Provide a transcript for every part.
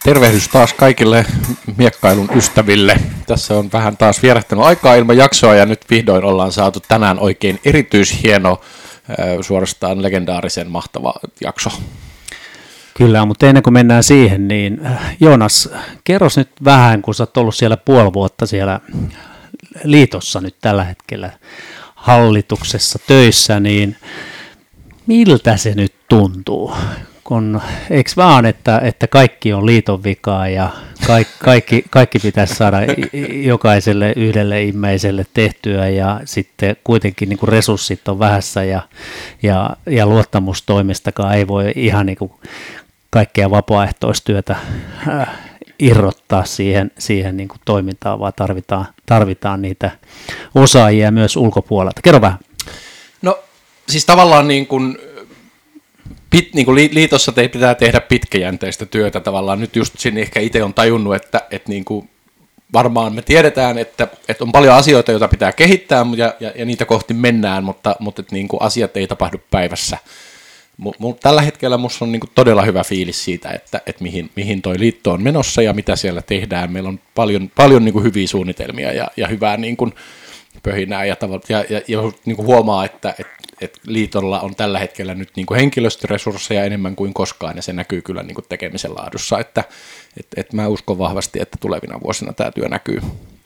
Tervehdys taas kaikille miekkailun ystäville. Tässä on vähän taas vierähtänyt aikaa ilman jaksoa ja nyt vihdoin ollaan saatu tänään oikein erityishieno, suorastaan legendaarisen mahtava jakso. Kyllä, mutta ennen kuin mennään siihen, niin Joonas, kerros nyt vähän, kun sä oot ollut siellä puoli vuotta siellä liitossa nyt tällä hetkellä hallituksessa töissä, niin miltä se nyt tuntuu? Eikö vaan, että kaikki on liiton vikaa ja kaikki pitäisi saada jokaiselle yhdelle ihmiselle tehtyä ja sitten kuitenkin niin kuin resurssit on vähässä ja luottamustoimistakaan ei voi ihan niin kuin kaikkea vapaaehtoistyötä irrottaa siihen niin kuin toimintaan, vaan tarvitaan niitä osaajia myös ulkopuolelta. Kerro vähän. No siis tavallaan niin kuin liitossa pitää tehdä pitkäjänteistä työtä tavallaan. Nyt just sinne ehkä itse on tajunnut, että niin kuin varmaan me tiedetään, että on paljon asioita, joita pitää kehittää ja niitä kohti mennään, mutta että niin kuin asiat ei tapahdu päivässä. Tällä hetkellä musta on niin kuin todella hyvä fiilis siitä, että mihin toi liitto on menossa ja mitä siellä tehdään. Meillä on paljon niin kuin hyviä suunnitelmia ja hyvää niin kuin pöhinää ja niin kuin huomaa, että liitolla on tällä hetkellä nyt niin kuin henkilöstöresursseja enemmän kuin koskaan, ja se näkyy kyllä niin kuin tekemisen laadussa, että mä uskon vahvasti, että tulevina vuosina tämä työ näkyy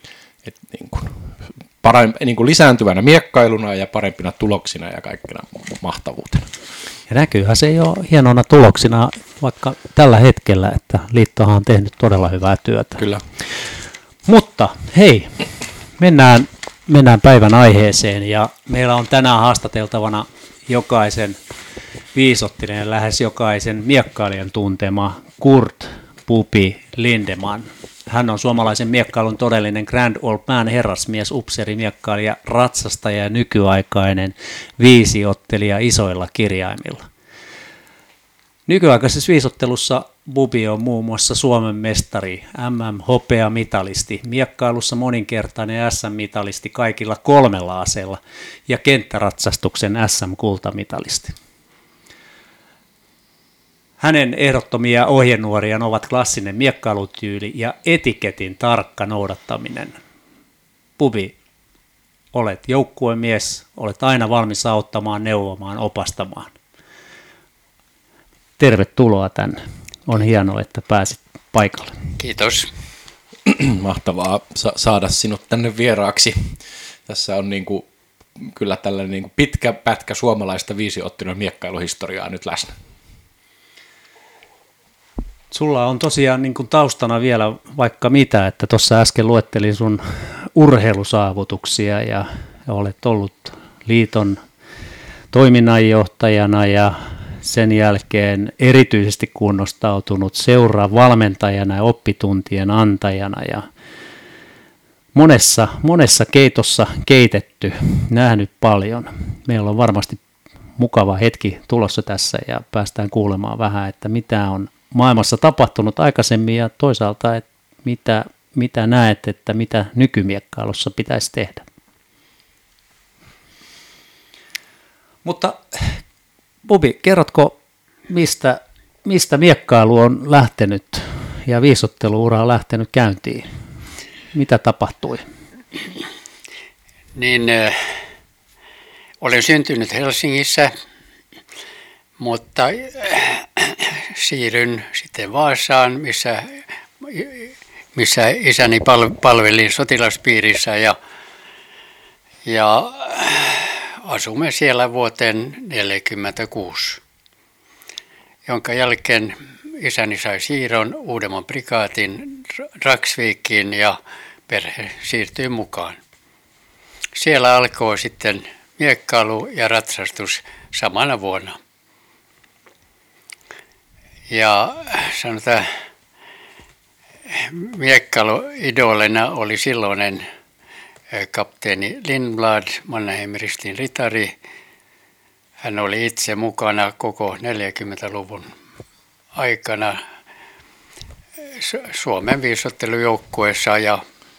niin kuin lisääntyvänä miekkailuna ja parempina tuloksina ja kaikkina mahtavuutena. Ja näkyyhän se jo hienona tuloksina vaikka tällä hetkellä, että liittohan on tehnyt todella hyvää työtä. Kyllä. Mutta hei, mennään päivän aiheeseen ja meillä on tänään haastateltavana jokaisen viisottinen ja lähes jokaisen miekkailijan tuntema Kurt Pupi Lindeman. Hän on suomalaisen miekkailun todellinen grand old man, herrasmies, upseeri, miekkailija, ratsastaja ja nykyaikainen viisiottelija isoilla kirjaimilla. Nykyaikaisessa viisottelussa Bubi on muun muassa Suomen mestari, MM-hopeamitalisti, miekkailussa moninkertainen SM-mitalisti kaikilla 3 aseella ja kenttäratsastuksen SM-kultamitalisti. Hänen ehdottomia ohjenuoriaan ovat klassinen miekkailutyyli ja etiketin tarkka noudattaminen. Bubi, olet joukkuemies, olet aina valmis auttamaan, neuvomaan, opastamaan. Tervetuloa tänne. On hienoa, että pääsit paikalle. Kiitos. Mahtavaa saada sinut tänne vieraaksi. Tässä on niin kuin, kyllä tällainen niin kuin pitkä pätkä suomalaista viisiottelun miekkailuhistoriaa nyt läsnä. Sulla on tosiaan niin kuin taustana vielä vaikka mitä, että tuossa äsken luettelin sun urheilusaavutuksia ja olet ollut liiton toiminnanjohtajana ja sen jälkeen erityisesti kunnostautunut valmentajana ja oppituntien antajana ja monessa keitossa keitetty, nähnyt paljon. Meillä on varmasti mukava hetki tulossa tässä ja päästään kuulemaan vähän, että mitä on maailmassa tapahtunut aikaisemmin ja toisaalta, että mitä näet, että mitä nykymiekkailussa pitäisi tehdä. Mutta Bubi, kerrotko, mistä miekkailu on lähtenyt ja viisotteluura on lähtenyt käyntiin? Mitä tapahtui? Niin, olen syntynyt Helsingissä, mutta siirryn sitten Vaasaan, missä isäni palveli sotilaspiirissä ja asumme siellä vuoteen 1946, jonka jälkeen isäni sai siirron Uudenmaan prikaatin Dragsvikiin ja perhe siirtyi mukaan. Siellä alkoi sitten miekkailu ja ratsastus samana vuonna. Ja sanotaan, miekkailuidolina oli silloinen kapteeni Lindblad, Mannheimin Ristin ritari. Hän oli itse mukana koko 40-luvun aikana Suomen viisottelujoukkueessa ja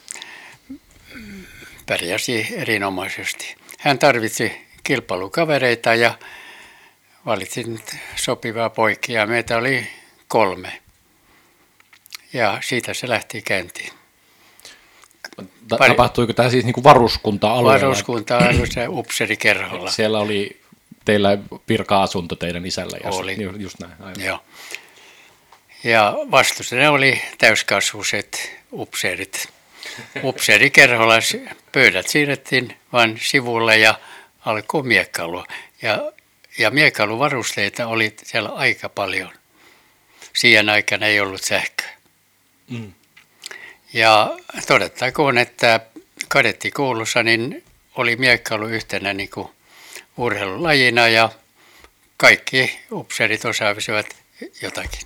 pärjäsi erinomaisesti. Hän tarvitsi kilpailukavereita ja valitsi sopivaa poikia. Meitä oli 3. ja siitä se lähti käyntiin. Tapahtuiko tämä siis niin kuin varuskunta-alueella? Varuskunta-alueella upseerikerholla. Siellä oli teillä virka-asunto teidän isällä? Oli. Just näin. Aivan. Joo. Ja vastustajana oli täyskasvuiset upseerit. Upseerikerholla pöydät siirrettiin vain sivulle ja alkoi miekkailua. Ja miekkailuvarusteita oli siellä aika paljon. Siihen aikana ei ollut sähköä. Mm. Ja todettakoon, että kadettikoulussa niin oli miekkailu yhtenä niin kuin urheilulajina ja kaikki upseerit osaavisivat jotakin.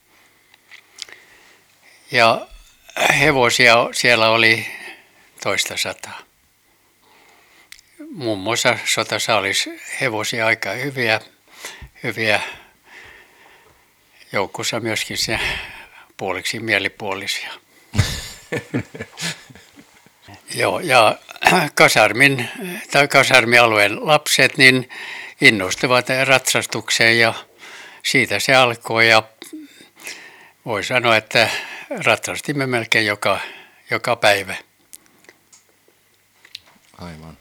Ja hevosia siellä oli 200. Muun muassa sotasaalis hevosia aika hyviä joukossa myöskin se puoliksi mielipuolisia. Joo, ja kasarmialueen lapset niin innostuvat ratsastukseen ja siitä se alkoi ja voi sanoa, että ratsastimme melkein joka päivä. Aivan.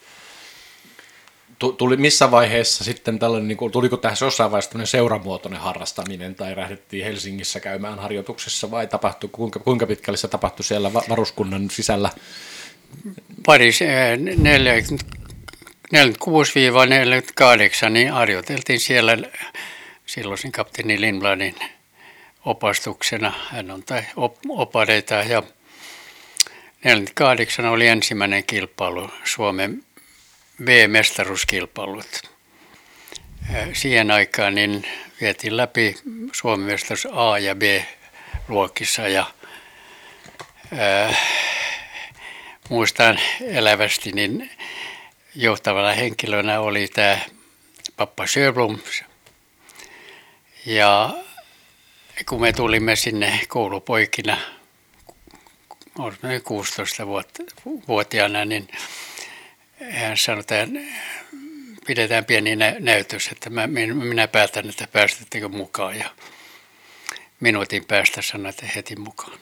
Tuli missä vaiheessa sitten tällainen, niin kuin, tuliko tähän jossain vaiheessa tämmöinen seuramuotoinen harrastaminen tai lähdettiin Helsingissä käymään harjoituksessa vai tapahtui, kuinka pitkälle se tapahtui siellä varuskunnan sisällä? 46-48 niin harjoiteltiin siellä silloisen kapteeni Lindbladin opastuksena. Hän on opareita ja 48 oli ensimmäinen kilpailu, Suomen B-mestaruuskilpailut. Siihen aikaan niin vietiin läpi Suomen mestaruus A- ja B-luokissa ja muistan elävästi, niin johtavana henkilönä oli tämä Pappa Sjöblom. Ja kun me tulimme sinne koulupoikina, 16-vuotiaana, niin hän sanoi, että pidetään pieni näytös, että minä päätän, että päästettekö mukaan. Ja minuutin päästä sanoi, että heti mukaan.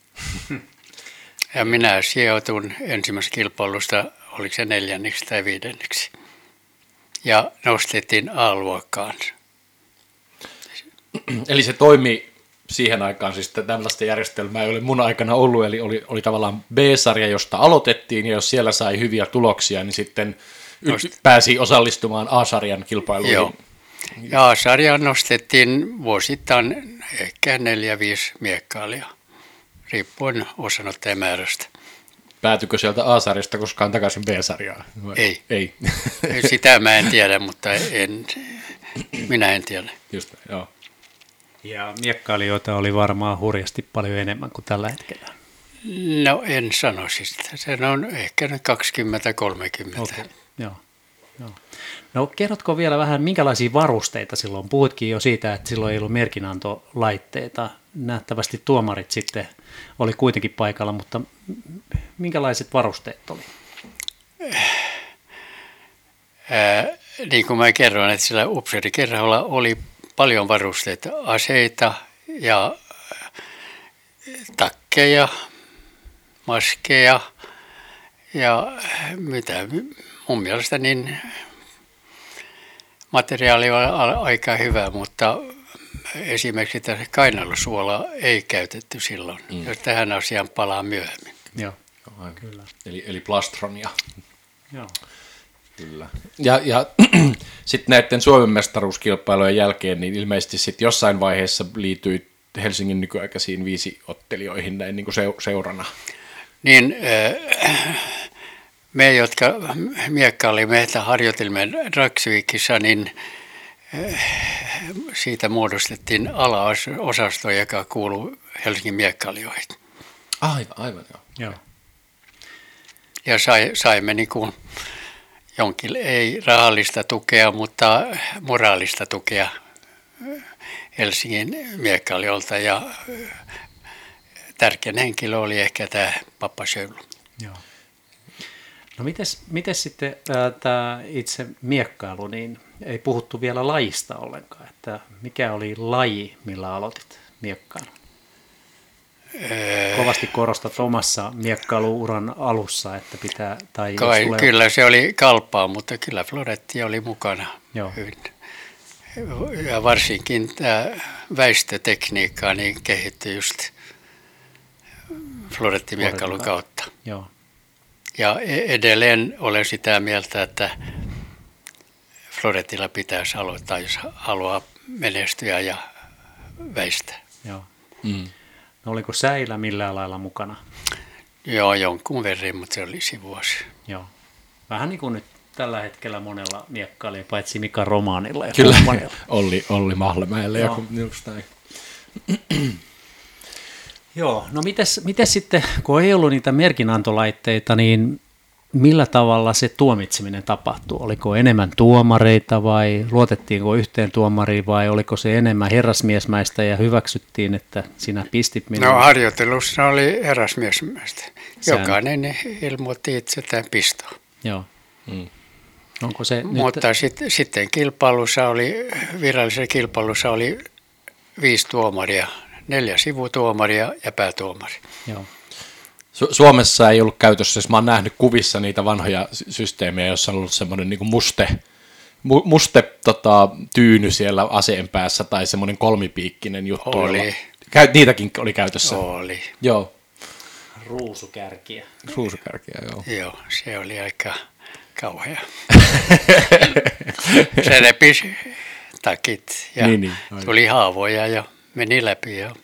Ja minä sijoitun ensimmäisestä kilpailusta, oliko se 4. tai 5. Ja nostettiin A-luokkaan. Eli se toimi siihen aikaan, siis tällaista järjestelmää ei ole mun aikana ollut, eli oli tavallaan B-sarja, josta aloitettiin, ja jos siellä sai hyviä tuloksia, niin sitten pääsi osallistumaan A-sarjan kilpailuihin. Joo. Ja A-sarjaan nostettiin vuosittain ehkä 4-5 miekkailijaa, riippuen osanottajamäärästä. Päätyikö sieltä A-sarjasta koskaan takaisin B-sarjaan? Ei. Sitä mä en tiedä, mutta minä en tiedä. Just, joo. Ja miekkailijoita oli varmaan hurjasti paljon enemmän kuin tällä hetkellä. No en sanoisi sitä. Se on ehkä 20-30. Okay. Joo. No kerrotko vielä vähän, minkälaisia varusteita silloin? Puhutkin jo siitä, että silloin ei ollut merkinantolaitteita. Nähtävästi tuomarit sitten oli kuitenkin paikalla, mutta minkälaiset varusteet oli? Niin kuin mä kerroin, että sillä upseerikerholla oli paljon varusteita, aseita ja takkeja, maskeja ja mitä mun mielestä niin materiaali on aika hyvä, mutta esimerkiksi tässä kainalosuolaa ei käytetty silloin, jos tähän asiaan palaa myöhemmin. Joo, kyllä. Eli plastronia. Joo. Kyllä. Ja sitten näiden Suomen mestaruuskilpailujen jälkeen, niin ilmeisesti sitten jossain vaiheessa liityi Helsingin nykyaikaisiin 5-ottelijoihin näin niin kuin seurana. Niin me, jotka miekkailimme ja harjoitelimme Dragsvikissa, niin siitä muodostettiin alaosasto, joka kuului Helsingin miekkailijoihin. Aivan joo. Ja saimme niin kuin jonkin, ei rahallista tukea, mutta moraalista tukea Helsingin miekkailijoilta. Ja tärkein henkilö oli ehkä tämä Pappa Sjöblom. Joo. No mites sitten tämä itse miekkailu, niin ei puhuttu vielä lajista ollenkaan, että mikä oli laji, millä aloitit miekkailun? Kovasti korostat omassa miekkailuuran alussa, että pitää... Tai jos tulee... Kyllä se oli kalpaa, mutta kyllä floretti oli mukana Joo. hyvin. Ja varsinkin tämä väistötekniikka niin kehittyi just florettimiekkailun kautta. Joo. Ja edelleen olen sitä mieltä, että florettilla pitäisi aloittaa, jos haluaa menestyä ja väistää. Joo. No oliko säilä millään lailla mukana? Joo, jonkun verran, mutta se olisi vuosi. Joo. Vähän niin kuin nyt tällä hetkellä monella miekkailijalla, paitsi Mika Romanilla ja Kyllä, kumppaneilla. Olli Mahlemäelle ja just näin. Joo, no mites sitten, kun ei ollut niitä merkinantolaitteita, niin millä tavalla se tuomitseminen tapahtui? Oliko enemmän tuomareita vai luotettiinko yhteen tuomariin vai oliko se enemmän herrasmiesmäistä ja hyväksyttiin, että sinä pistit minua? No harjoittelussa oli herrasmiesmäistä. Jokainen ilmoitti itse tämän pistoon. Joo. Onko se mutta sitten kilpailussa virallisessa kilpailussa oli 5 tuomaria, 4 sivutuomaria ja päätuomari. Joo. Suomessa ei ollut käytössä, siis mä oon nähnyt kuvissa niitä vanhoja systeemejä, joissa on ollut semmoinen niin muste tyyny siellä aseen päässä tai semmoinen kolmipiikkinen juttu. Oli. Niitäkin oli käytössä. Oli. Joo. Ruusukärkiä, joo. Joo, se oli aika kauhea. Se repisi takit ja tuli haavoja ja meni läpi. Ja.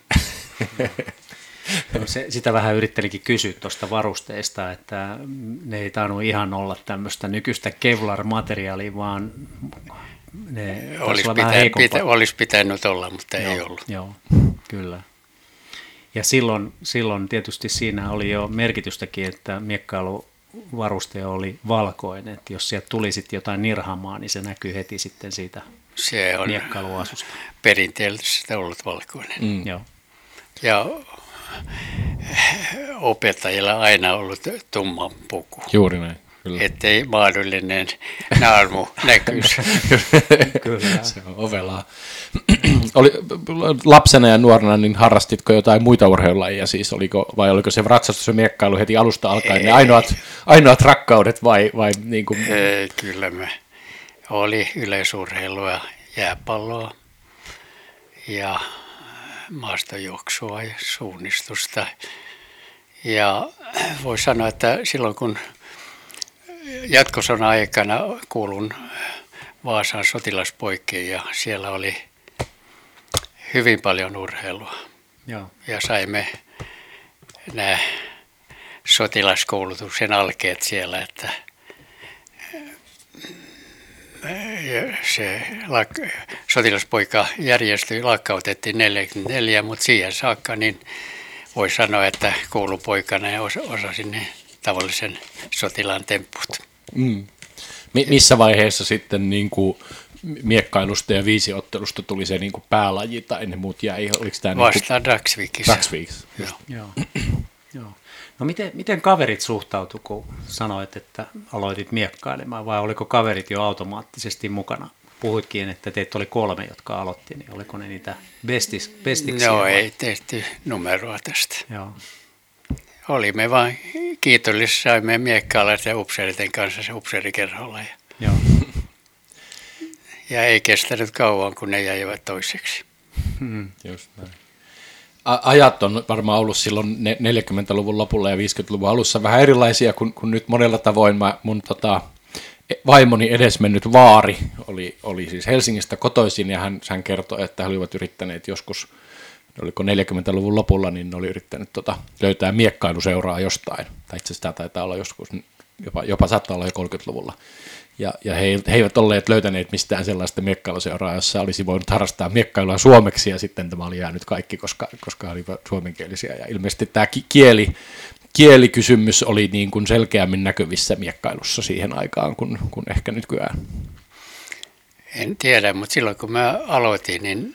No sitä vähän yrittelikin kysyä tuosta varusteesta, että ne ei tainnut ihan olla tämmöistä nykyistä Kevlar-materiaalia, vaan ne olisi pitänyt olla, mutta ei ollut. Joo, kyllä. Ja silloin tietysti siinä oli jo merkitystäkin, että miekkailuvaruste oli valkoinen, että jos sieltä tuli sitten jotain nirhamaa, niin se näkyy heti sitten siitä miekkailuasusta. Perinteellisesti ollut valkoinen. Joo. Ja opettajilla aina ollut tumma puku. Juuri näin. Kyllä. Ettei mahdollinen naarmu näkyisi. Kyllä. Se on ovelaa. Lapsena ja nuorena niin harrastitko jotain muita urheilulajia siis? Oliko se ratsastus ja miekkailu heti alusta alkaen ne ainoat rakkaudet vai niin kuin? Kyllä oli yleisurheilua, jääpalloa ja maastojuoksua ja suunnistusta. Ja voi sanoa, että silloin kun jatkosodan aikana kuulun Vaasan sotilaspoikiin ja siellä oli hyvin paljon urheilua. Joo. Ja saimme nämä sotilaskoulutuksen alkeet siellä, että se sotilaspoikajärjestö lakkautettiin 1944, mutta siihen saakka niin voi sanoa, että koulupoikana ja osasin ne tavallisen sotilaan tempput. Missä vaiheessa sitten niin kuin miekkailusta ja viisiottelusta tuli se niin kuin päälaji tai ne muut jäi? Vasta Dragsvikissa. Joo. No miten kaverit suhtautuivat, kun sanoit, että aloitit miekkailemaan, vai oliko kaverit jo automaattisesti mukana? Puhuitkin, että teitä oli 3, jotka aloitti, niin oliko ne niitä bestiksiä? Joo, ei tehty numeroa tästä. Joo. Olimme vain kiitollisia, saimme miekkailla ja upseeriten kanssa se upseerikerholla. Joo. Ja ei kestänyt kauan, kun ne jäivät toiseksi. Just näin. Ajat on varmaan ollut silloin 40-luvun lopulla ja 50-luvun alussa vähän erilaisia kuin nyt monella tavoin. Mun vaimoni edesmennyt vaari oli siis Helsingistä kotoisin ja hän kertoi, että he olivat yrittäneet joskus, oliko 40-luvun lopulla, niin ne oli yrittänyt löytää miekkailuseuraa jostain. Tai itse asiassa sitä taitaa olla joskus, jopa saattaa olla jo 30-luvulla. Ja he eivät olleet löytäneet mistään sellaista miekkailuseuraa, jossa olisi voinut harrastaa miekkailua suomeksi, ja sitten tämä oli jäänyt kaikki, koska olivat suomenkielisiä. Ja ilmeisesti tämä kielikysymys oli niin kuin selkeämmin näkyvissä miekkailussa siihen aikaan kuin ehkä nykyään. En tiedä, mutta silloin kun mä aloitin, niin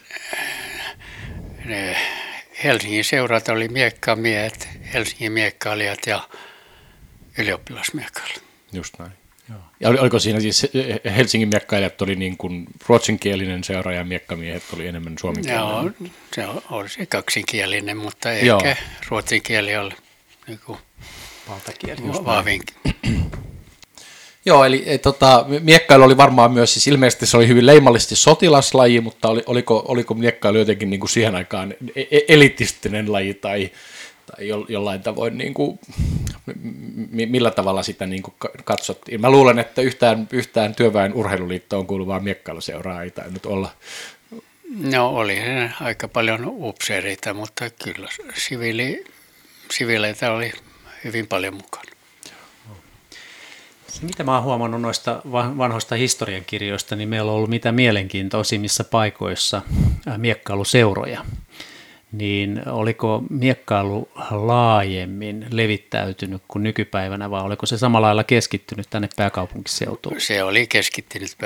Helsingin seurat oli miekkamiehet, Helsingin miekkailijat ja ylioppilasmiekkailijat. Just näin. Ja oliko siinä siis Helsingin miekkailijat oli niin kuin ruotsinkielinen seura ja miekkamiehet oli enemmän suomenkielinen? Joo, se oli se kaksinkielinen, mutta Joo. ehkä ruotsin kieli oli niin kuin Valtakieli. vahvinkin. Joo, eli miekkailu oli varmaan myös, siis ilmeisesti se oli hyvin leimallisesti sotilaslaji, mutta oliko miekkailu jotenkin niin kuin siihen aikaan elitistinen laji tai jollain tavoin, niin kuin, millä tavalla sitä niin kuin katsottiin? Mä luulen, että yhtään työväen urheiluliittoon kuuluvaa miekkailuseuraa ei tainnut olla. No oli aika paljon upseereita, mutta kyllä siviileitä oli hyvin paljon mukana. Se, mitä mä oon huomannut noista vanhoista historiankirjoista, niin meillä on ollut mitä mielenkiintoisimmissa paikoissa miekkailuseuroja. Niin oliko miekkailu laajemmin levittäytynyt kuin nykypäivänä, vai oliko se samalla lailla keskittynyt tänne pääkaupunkiseutuun? Se oli keskittynyt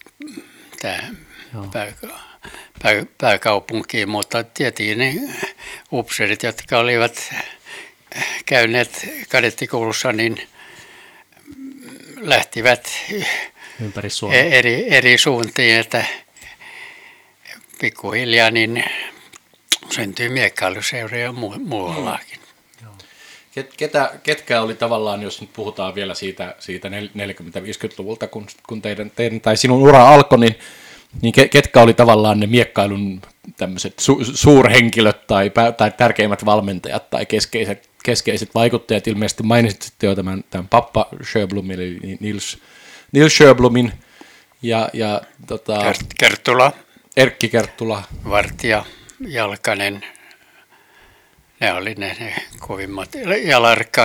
pääkaupunkiin, mutta tietenkin ne upseerit, jotka olivat käyneet kadettikoulussa, niin lähtivät Ympäri Suomea. eri suuntiin, että pikkuhiljaa niin syntyi miekkailuseuroja muuallakin. Ketkä oli tavallaan, jos nyt puhutaan vielä siitä 40-50-luvulta, kun teidän tai sinun ura alkoi, niin ketkä oli tavallaan ne miekkailun tämmöiset suurhenkilöt tai tärkeimmät valmentajat tai keskeiset vaikuttajat? Ilmeisesti mainitsitte jo tämän Pappa Sjöblom, eli Nils Sjöblomin ja Kerttula, Erkki Kerttula, Vartija, Jalkanen, ne oli ne kovimmat. Ja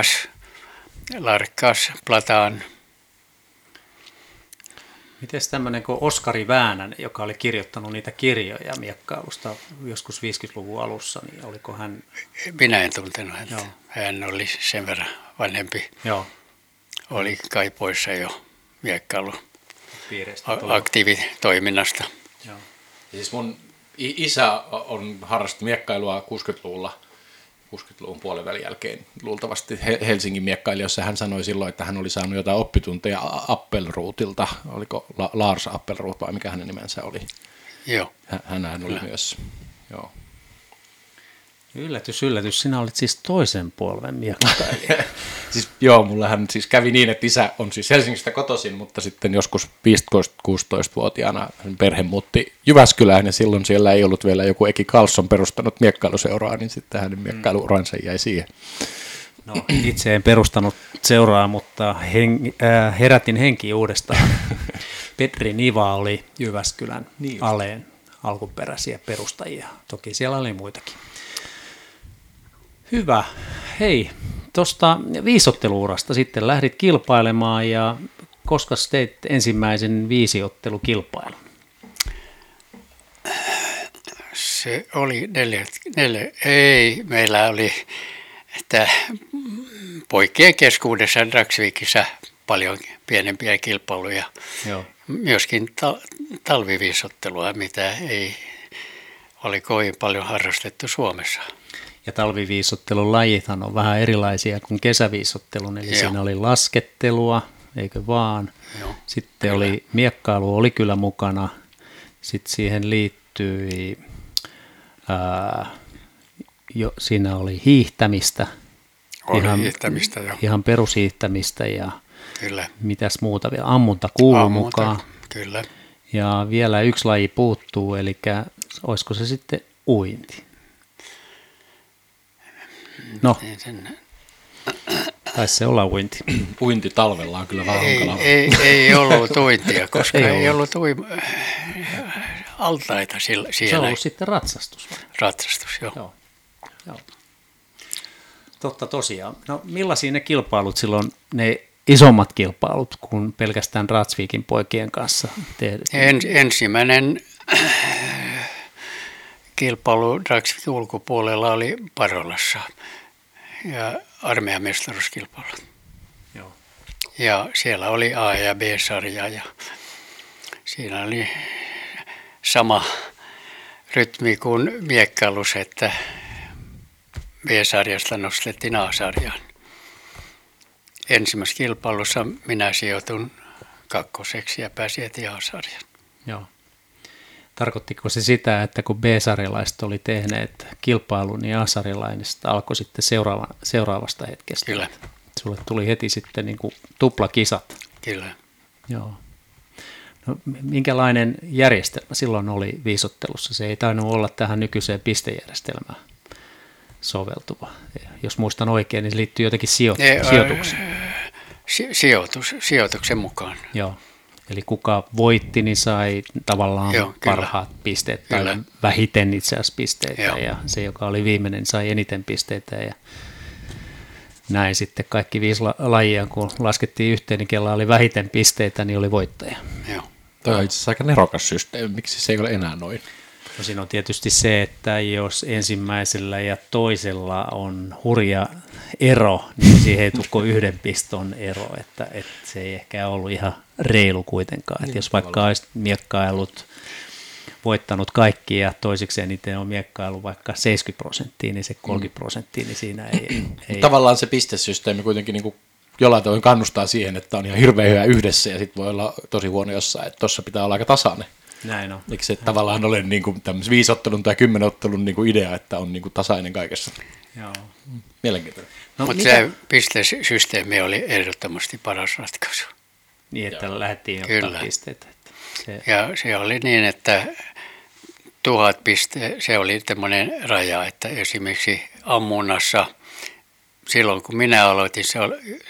Larkas, Plataan. Miten tämmöinen kuin Oskari Väänänen, joka oli kirjoittanut niitä kirjoja miekkailusta joskus 50-luvun alussa, niin oliko hän... Minä en tuntenut häntä. Joo. Hän oli sen verran vanhempi. Joo. Oli kai poissa jo miekkailu Piireistä aktiivitoiminnasta. Joo. Siis mun isä on harrastanut miekkailua 60-luvun puolivälin jälkeen luultavasti Helsingin miekkailijoissa. Hän sanoi silloin, että hän oli saanut jotain oppitunteja Appelruutilta. Oliko Lars Appelruut vai mikä hänen nimensä oli? Joo. Hänhän oli myös, joo. Yllätys, sinä olit siis toisen polven miekkailija. Siis, joo, mullahan siis kävi niin, että isä on siis Helsingistä kotoisin, mutta sitten joskus 15-16-vuotiaana perhe muutti Jyväskylään ja silloin siellä ei ollut vielä joku Eki Karlsson perustanut miekkailuseuraa, niin sitten hänen miekkailuuransa jäi siihen. No, itse en perustanut seuraa, mutta herätin henkiä uudestaan. Petri Niva oli Jyväskylän Aleen alkuperäisiä perustajia. Toki siellä oli muitakin. Hyvä. Hei, tuosta viisotteluurasta sitten lähdit kilpailemaan ja koska teit ensimmäisen viisiottelukilpailun? Se oli meillä oli poikien keskuudessa Dragsvikissä paljon pienempiä kilpailuja. Joo. Myöskin talviviisottelua, mitä ei ole kovin paljon harrastettu Suomessa. Ja talviviisottelun lajithan on vähän erilaisia kuin kesäviisottelun, eli Joo. siinä oli laskettelua, eikö vaan? Joo, Sitten kyllä. oli miekkailu oli kyllä mukana, sitten siihen liittyi, siinä oli hiihtämistä. Oli hiihtämistä jo. Ihan perushiihtämistä ja Kyllä. mitäs muuta vielä, ammunta kuului mukaan. Kyllä. Ja vielä yksi laji puuttuu, eli olisiko se sitten uinti? No, taisi se olla uinti. Uinti talvella on kyllä vähän hankalaa. Ei ollut uintia, koska ei ollut altaita Se on siellä. ollut sitten ratsastus vai? Ratsastus, joo. Joo. Totta tosiaan. No millaisia ne kilpailut silloin, ne isommat kilpailut, kuin pelkästään Dragsvikin poikien kanssa tehdään? Ensimmäinen kilpailu Dragsvikin ulkopuolella oli Parolassa ja armeijan mestaruuskilpailut. Joo. Ja siellä oli A- ja B-sarja ja siinä oli sama rytmi kuin miekkailus, että B-sarjasta nostettiin A-sarjaan. Ensimmäisessä kilpailussa minä sijoitun kakkoseksi ja pääsi heti A-sarjan. Joo. Tarkoittiko se sitä, että kun B-sarjalaiset oli tehneet kilpailun, niin A-sarjalainen alkoi sitten seuraavasta hetkestä? Kyllä. Sulle tuli heti sitten niin kuin tuplakisat. Kyllä. Joo. No, minkälainen järjestelmä silloin oli viisottelussa? Se ei tainnut olla tähän nykyiseen pistejärjestelmään soveltuva. Jos muistan oikein, niin se liittyy jotenkin sijoitukseen. Sijoituksen mukaan. Joo. Eli kuka voitti, niin sai tavallaan parhaat pisteet tai vähiten itse asiassa pisteitä. Joo. Ja se, joka oli viimeinen, sai eniten pisteitä. Ja näin sitten kaikki 5 lajia, kun laskettiin yhteen, niin kella oli vähiten pisteitä, niin oli voittaja. Joo. Tuo on itse asiassa aika nerokas systeemi. Miksi se ei ole enää noin? No siinä on tietysti se, että jos ensimmäisellä ja toisella on hurja ero, niin siihen ei tule kuin 1 piston ero, että se ei ehkä ollut ihan reilu kuitenkaan. Että jos vaikka olisi miekkaillut voittanut kaikki ja toiseksi eniten on miekkailu vaikka 70%, niin se 30%, niin siinä ei... Tavallaan se pistesysteemi kuitenkin niin kuin jollain tavoin kannustaa siihen, että on ihan hirveän hyvä yhdessä ja sitten voi olla tosi huono jossain, että tuossa pitää olla aika tasainen. Näin on. Eikö se tavallaan ole niin kuin tämmöisen 5-ottelun tai 10-ottelun niin kuin idea, että on niin kuin tasainen kaikessa? Joo. Mielenkiintoinen. No, mutta se pistesysteemi oli ehdottomasti paras ratkaisu. Niin, että lähdettiin ottaa pisteitä. Ja se oli niin, että 1000 se oli tämmöinen raja, että esimerkiksi ammunnassa, silloin kun minä aloitin, se oli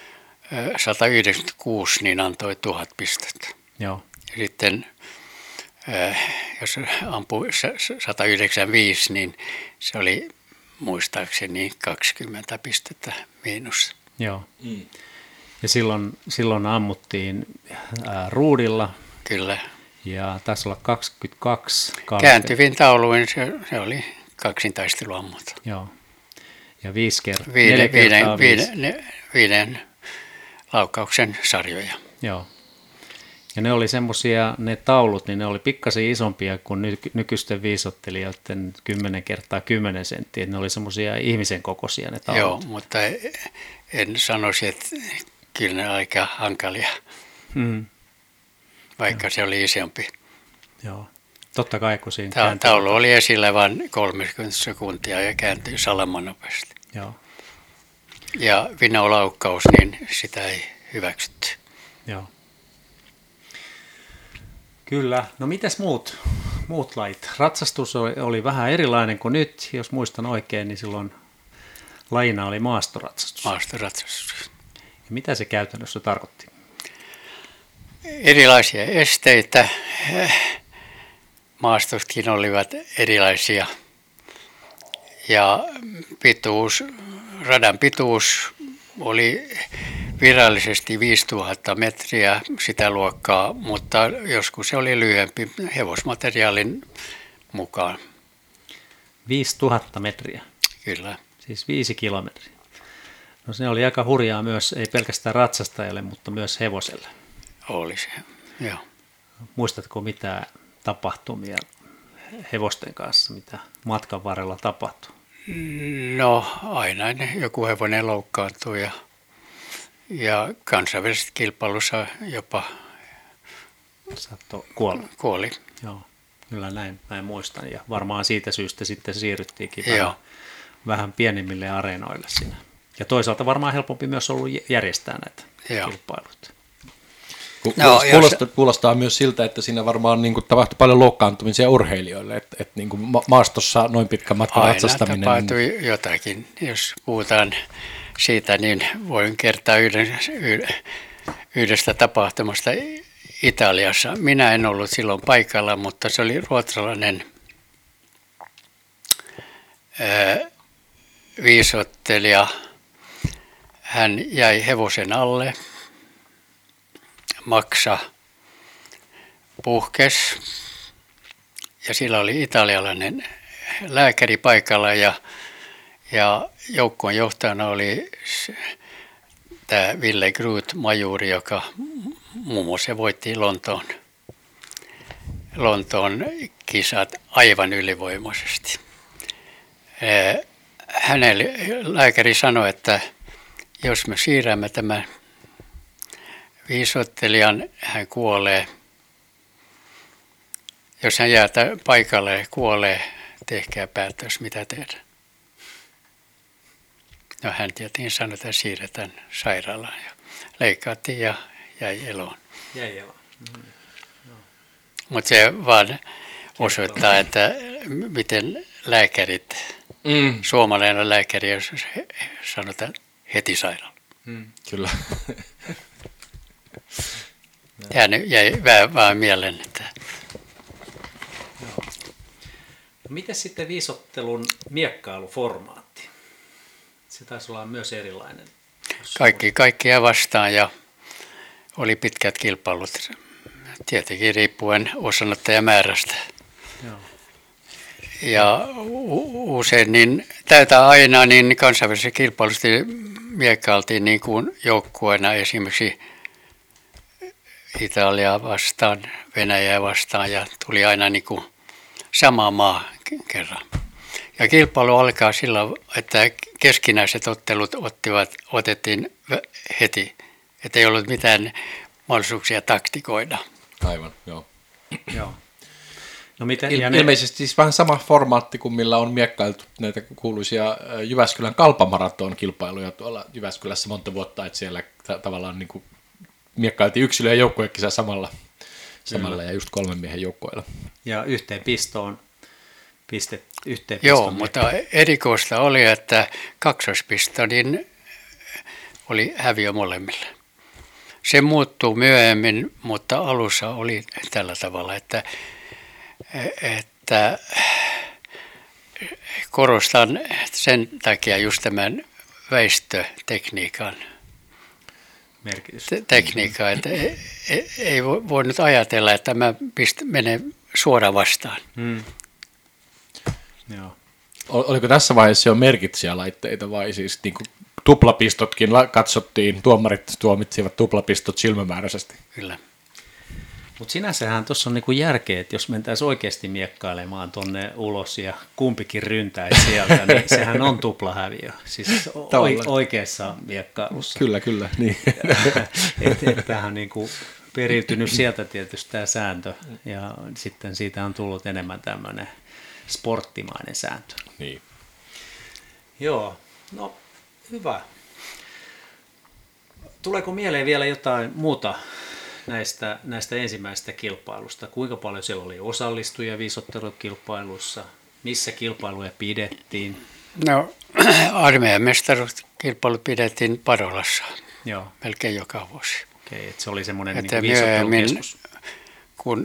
196, niin antoi 1000 pistettä. Joo. Ja sitten jos ampui 195, niin se oli muistaakseni 20 pistettä miinus. Joo. Ja silloin ammuttiin ruudilla. Kyllä. Ja taisi olla 22. Kääntyvin tauluin se oli kaksintaisteluammunta. Joo. Ja 5 kertaa. Viiden laukkauksen sarjoja. Joo. Ja ne oli semmoisia, ne taulut, niin ne oli pikkasen isompia kuin nykyisten viisottelijoiden 10 kertaa 10 senttiä. Ne oli semmoisia ihmisen kokoisia ne taulut. Joo, mutta en sanoisi, että kyllä ne aika hankalia, vaikka se oli isompi. Joo, totta kai kun siinä taulu oli esillä vain 30 sekuntia ja kääntyi salaman nopeasti. Joo. Ja vinolaukkaus, niin sitä ei hyväksytty. Joo. Kyllä. No mitäs muut lajit? Ratsastus oli vähän erilainen kuin nyt. Jos muistan oikein, niin silloin lajina oli maastoratsastus. Maastoratsastus. Ja mitä se käytännössä tarkoitti? Erilaisia esteitä. Maastotkin olivat erilaisia. Ja radan pituus oli virallisesti 5000 metriä sitä luokkaa, mutta joskus se oli lyhyempi hevosmateriaalin mukaan. 5000 metriä? Kyllä. Siis 5 kilometriä. No se oli aika hurjaa myös, ei pelkästään ratsastajalle, mutta myös hevoselle. Oli se, joo. Muistatko mitään tapahtumia hevosten kanssa, mitä matkan varrella tapahtui? No aina joku hevonen loukkaantui ja kansainvälisessä kilpailussa jopa kuoli. Joo, kyllä näin muistan ja varmaan siitä syystä sitten siirryttiinkin vähän pienemmille areenoille siinä. Ja toisaalta varmaan helpompi myös ollut järjestää näitä kilpailuita. Kuulostaa myös siltä, että siinä varmaan niin kuin tapahtui paljon loukkaantumisia urheilijoille, että niin kuin maastossa noin pitkä matka ratsastaminen. Aina tapahtui jotakin. Jos puhutaan siitä, niin voin kertoa yhdestä tapahtumasta Italiassa. Minä en ollut silloin paikalla, mutta se oli ruotsalainen viisottelija. Hän jäi hevosen alle. Maksa puhkes ja sillä oli italialainen lääkäri paikalla ja joukkueen johtajana oli tämä Ville Groot majuri, joka muun muassa voitti Lontoon kisat aivan ylivoimaisesti. Lääkäri sanoi, että jos me siirrämme tämän viisoittelijan hän kuolee. Jos hän jää paikalle ja kuolee, tehkää päätös, mitä tehdään. No hän tietenkin sanoi, että siirretään sairaalaan ja leikkaattiin ja jäi eloon. Mutta se vaan osoittaa, että miten lääkärit, suomalainen lääkäri, jos sanotaan heti sairaala. Kyllä. Jäi vaan mieleen, että... Miten sitten viisottelun miekkailuformaatti? Se taisi olla myös erilainen. Kaikkia vastaan ja oli pitkät kilpailut, tietenkin riippuen osanottajamäärästä. Joo. Ja usein niin täytä aina niin kansainvälisessä kilpailussa miekkailtiin niin kuin joukkueena esimerkiksi Italiaa vastaan, Venäjää vastaan ja tuli aina niin kuin sama maa kerran. Ja kilpailu alkaa sillä, että keskinäiset ottelut otettiin heti, että ei ollut mitään mahdollisuuksia taktikoida. Aivan, joo. Joo. No miten, ilmeisesti siis vähän sama formaatti kuin millä on miekkailtu näitä kuuluisia Jyväskylän kalpamaraton kilpailuja tuolla Jyväskylässä monta vuotta, että siellä tavallaan niin kuin miekkailtiin yksilö- ja joukkuekisa samalla ja just 3 miehen joukkoilla. Ja yhteen pistoon Joo, mutta erikoista oli, että kaksoispisto niin oli häviö molemmille. Se muuttuu myöhemmin, mutta alussa oli tällä tavalla, että korostan sen takia just tämän väistötekniikan tekniikkaa, että ei voi nyt ajatella, että mä menen suoraan vastaan. Joo. Oliko tässä vaiheessa jo merkitsijälaitteita vai siis niin kuin tuplapistotkin katsottiin, tuomarit tuomitsivat tuplapistot silmämääräisesti? Kyllä. Mutta sinänsähän tuossa on niinku järkeä, että jos mentäisiin oikeasti miekkailemaan tonne ulos ja kumpikin ryntäisi sieltä, niin sehän on tuplahäviö. Siis oikeassa miekkailussa. Kyllä. Niin. Tämähän on niinku periytynyt sieltä tietysti tämä sääntö ja sitten siitä on tullut enemmän tämmöinen sporttimainen sääntö. Niin. Joo, no hyvä. Tuleeko mieleen vielä jotain muuta näistä ensimmäisistä kilpailusta? Kuinka paljon siellä oli osallistujia viisottelukilpailussa? Missä kilpailuja pidettiin? No, armeijan mestaruuskilpailu pidettiin Parolassa. Joo. Melkein joka vuosi. Okei, että se oli semmoinen niin viisottelukeskus. Kun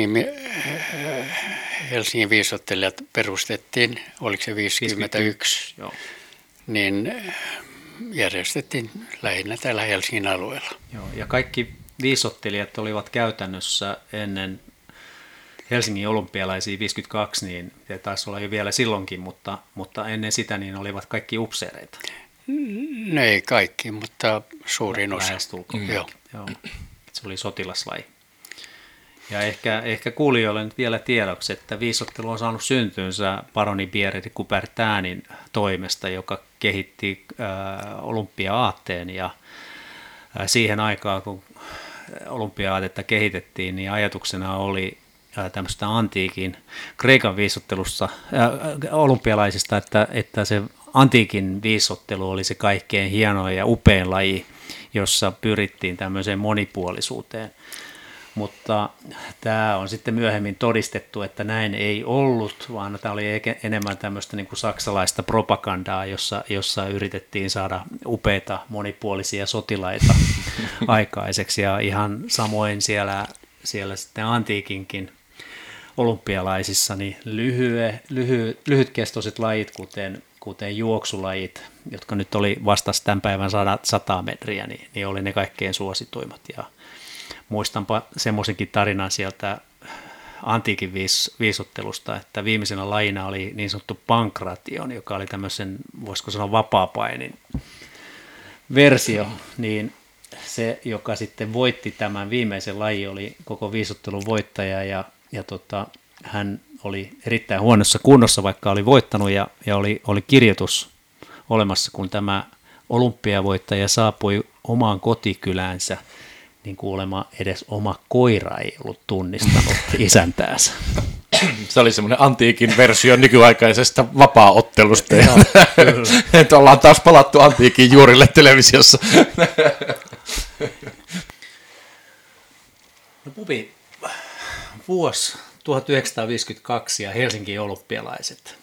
Helsingin viisottelijat perustettiin, oliko se 51, Joo. niin järjestettiin lähinnä täällä Helsingin alueella. Joo, ja kaikki viisottelijat olivat käytännössä ennen Helsingin olympialaisia 52, niin se taisi olla jo vielä silloinkin, mutta ennen sitä niin olivat kaikki upseereita. Ne ei kaikki, mutta suurin osa. Joo. Se oli sotilaslaji. Ja ehkä kuulijoille nyt vielä tiedoksi, että viisottelu on saanut syntynsä paroni Pierre de Coubertinin toimesta, joka kehitti olympia-aatteen ja siihen aikaan, kun olympia-aatetta kehitettiin, niin ajatuksena oli tämmöistä antiikin Kreikan viisottelussa olympialaisista, että se antiikin viisottelu oli se kaikkein hienoin ja upein laji, jossa pyrittiin tämmöiseen monipuolisuuteen. Mutta tämä on sitten myöhemmin todistettu, että näin ei ollut, vaan tämä oli enemmän tämmöistä niin kuin saksalaista propagandaa, jossa yritettiin saada upeita monipuolisia sotilaita aikaiseksi. Ja ihan samoin siellä sitten antiikinkin olympialaisissa niin lyhytkestoiset lajit, kuten juoksulajit, jotka nyt oli vastasi tämän päivän 100 metriä, niin oli ne kaikkein suosituimmat. Ja muistanpa semmoisenkin tarinan sieltä antiikin viisottelusta, että viimeisenä lajina oli niin sanottu pankration, joka oli tämmöisen, voisiko sanoa vapaapainin versio, niin se, joka sitten voitti tämän viimeisen lajin, oli koko viisottelun voittaja ja hän oli erittäin huonossa kunnossa, vaikka oli voittanut ja oli kirjoitus olemassa, kun tämä olympiavoittaja saapui omaan kotikyläänsä niin kuulemma edes oma koira ei ollut tunnistanut isäntäänsä. Se oli semmoinen antiikin versio nykyaikaisesta vapaaottelusta. Että ollaan taas palattu antiikin juurille televisiossa. No Pupi, vuosi 1952 ja Helsingin olympialaiset.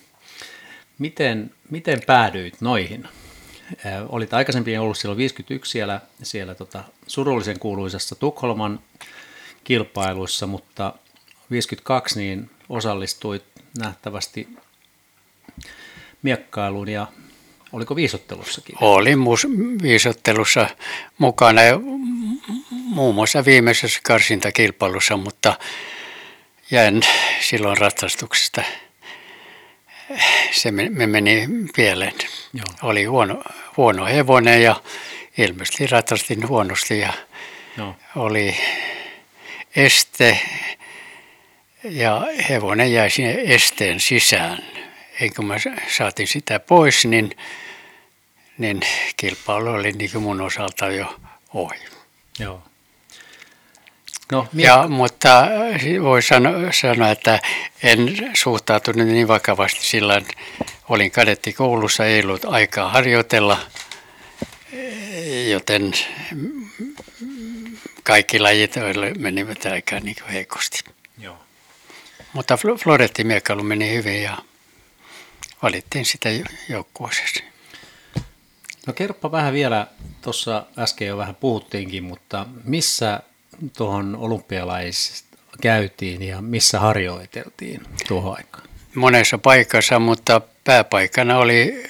Miten päädyit noihin? Olit aikaisemmin ollut silloin 51 siellä surullisen kuuluisassa Tukholman kilpailuissa, mutta 52 niin osallistuit nähtävästi miekkailuun ja oliko viisottelussakin? Olin viisottelussa mukana muun muassa viimeisessä karsintakilpailussa, mutta jäin silloin ratsastuksesta. Se me meni pieleen. Joo. Oli huono hevonen ja ilmeisesti ratsastin huonosti ja Joo. oli este ja hevonen jäi sinne esteen sisään. Eikö mä saatiin sitä pois, niin kilpailu oli niin kuin mun osalta jo ohi. Joo. No, Mutta voi sanoa, että en suhtautunut niin vakavasti sillä olin kadettikoulussa, ei ollut aikaa harjoitella, joten kaikki lajit menivät aika niin kuin heikosti. Joo. Mutta florettimiekkailu meni hyvin ja valittiin sitä joukkueeseen. No kerropa vähän vielä, tuossa äsken jo vähän puhuttiinkin, mutta missä tuohon olympialaisista käytiin ja missä harjoiteltiin tuohon aikaan? Monessa paikassa, mutta pääpaikkana oli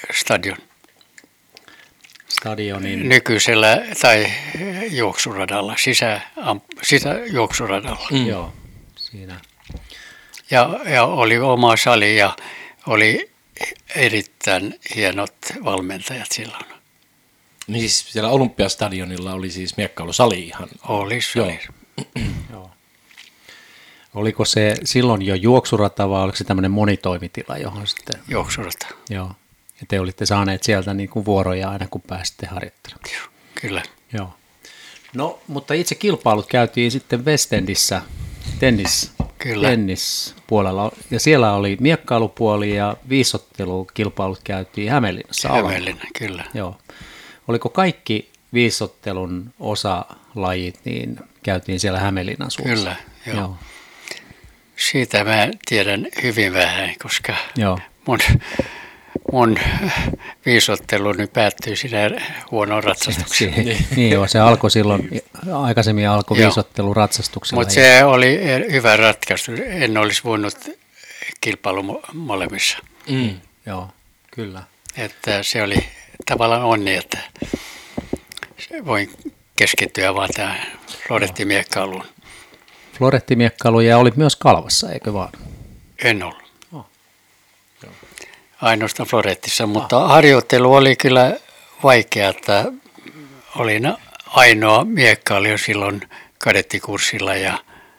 Stadionin. nykyisellä tai juoksuradalla, sisäjuoksuradalla. Joo, siinä. Ja oli oma sali ja oli erittäin hienot valmentajat silloin. Niin siis siellä Olympiastadionilla oli siis miekkailusali ihan. Oli. Joo. Oliko se silloin jo juoksurata vai oliko se tämmöinen monitoimitila, johon sitten? Juoksurata. Joo. Ja te olitte saaneet sieltä niin kuin vuoroja aina kun pääsitte harjoittelemaan. Kyllä. Joo. No, mutta itse kilpailut käytiin sitten West Endissä tennispuolella. Ja siellä oli miekkailupuoli ja viisottelukilpailut käytiin Hämeenlinnassa. Hämeenlinna, kyllä. Joo. Oliko kaikki viisottelun osalajit, niin käytiin siellä Hämeenlinnan suussa? Kyllä, joo. Siitä mä tiedän hyvin vähän, koska Joo. mun viisotteluni päättyi siinä huonoon ratsastukseen. Niin joo, se alkoi silloin, aikaisemmin alkoi viisottelu ratsastuksella. Mutta se oli hyvä ratkaisu. En olisi voinut kilpailu molemmissa. Joo, kyllä. Että se oli tavallaan onni, että voin keskittyä vaan tähän florettimiekkailuun. Florettimiekkailu ja olit myös Kalvassa, eikö vaan? En ollut. Ainoastaan florettissa, mutta harjoittelu oli kyllä vaikea, että olin ainoa miekkailija silloin kadettikurssilla ja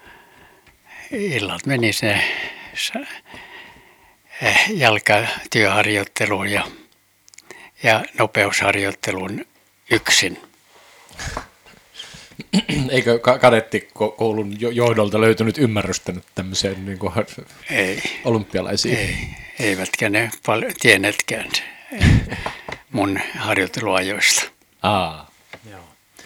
illat meni se jalkatyöharjoitteluun ja nopeusharjoitteluun yksin. Eikö kadettikoulun johdolta löytynyt ymmärrystä nyt tämmöiseen niin kuin olympialaisiin? Eivätkä ne paljon tienneetkään mun harjoitteluajoista. Joo.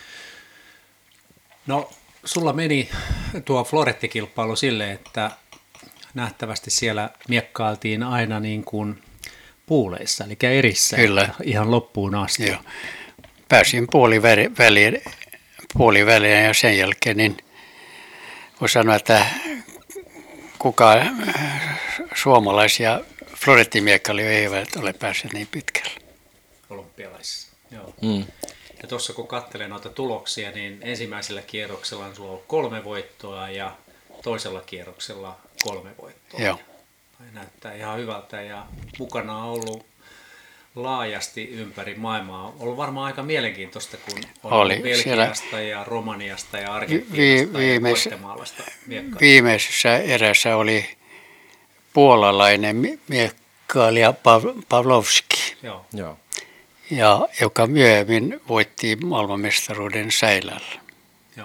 No, sulla meni tuo florettikilpailu silleen, että nähtävästi siellä miekkailtiin aina niin kuin puuleissa, eli erissä. Kyllä. Ihan loppuun asti. Joo. Pääsin puoliväliin ja sen jälkeen niin voi sanoa, että kukaan suomalaisia florettimiekkailijoita eivät ole päässeet niin pitkälle. Olympialaisissa. Joo. Ja tuossa kun katselen noita tuloksia, niin ensimmäisellä kierroksella on sulla ollut 3 voittoa ja toisella kierroksella 3 voittoa. Joo. Näyttää ihan hyvältä ja mukana on ollut laajasti ympäri maailmaa. On ollut varmaan aika mielenkiintoista, kun on Belgiasta ja Romaniasta ja Argentiinasta ja Guatemalasta miekkailija. Viimeisessä erässä oli puolalainen miekkailija Pavlovski, Joo. ja joka myöhemmin voitti maailmanmestaruuden Säilällä. Joo.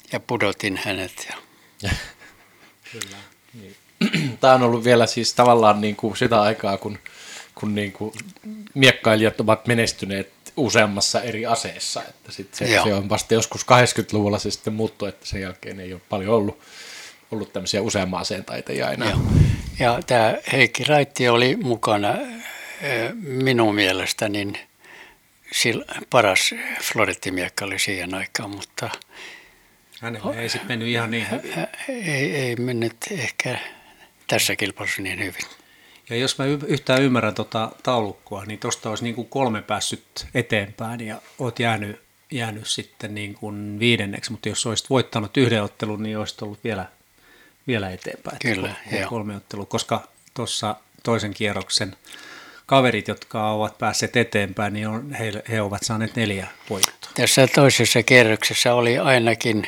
ja pudotin hänet. Kyllä. Niin. Tämä on ollut vielä siis tavallaan niin kuin sitä aikaa, kun niin kuin miekkailijat ovat menestyneet useammassa eri aseessa. Että se on vasta joskus 80-luvulla se sitten muuttui, että sen jälkeen ei ole paljon ollut tämmöisiä useamman aseen taitajia enää. Joo. Ja tämä Heikki Raitti oli mukana minun mielestä niin paras florettimiekka oli siihen aikaan, mutta hänellä ei sitten mennyt ihan niin hyvin. Ei mennyt ehkä tässä kilpailussa niin hyvin. Ja jos mä yhtään ymmärrän tuota taulukkoa, niin tuosta olisi niin kuin 3 päässyt eteenpäin ja olet jäänyt sitten niin kuin 5. Mutta jos olisit voittanut 1 ottelun, niin olisit ollut vielä eteenpäin. Kyllä, joo. 3 ottelua, koska tuossa toisen kierroksen kaverit, jotka ovat päässeet eteenpäin, niin he ovat saaneet 4 voittoa. Tässä toisessa kierroksessa oli ainakin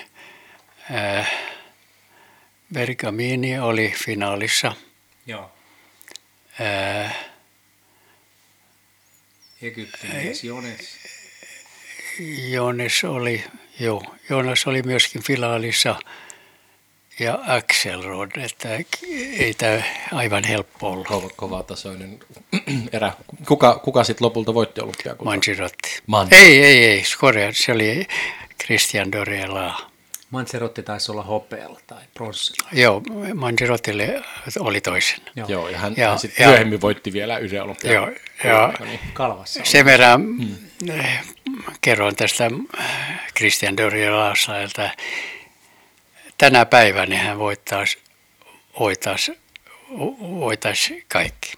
Bergamini oli finaalissa. Joo. Egyptiläis Jonas oli myöskin finaalissa ja Axelrod, että ei tämä aivan helppo ollut. Kovatasoinen erä. Kuka sitten lopulta voitti olympiakultaa? Mangiarotti. Ei, Korea, se oli Christian Dorela. Mangiarotti taisi olla hopealla tai pronssilla. Joo, Mangiarottille oli toisen. Joo, ja hän sitten myöhemmin voitti vielä yhden olympiakultaa. Joo, Kalvassa. Sen verran kerron tästä Christian Dorelasta, että tänä päivänä hän voittaisi kaikki.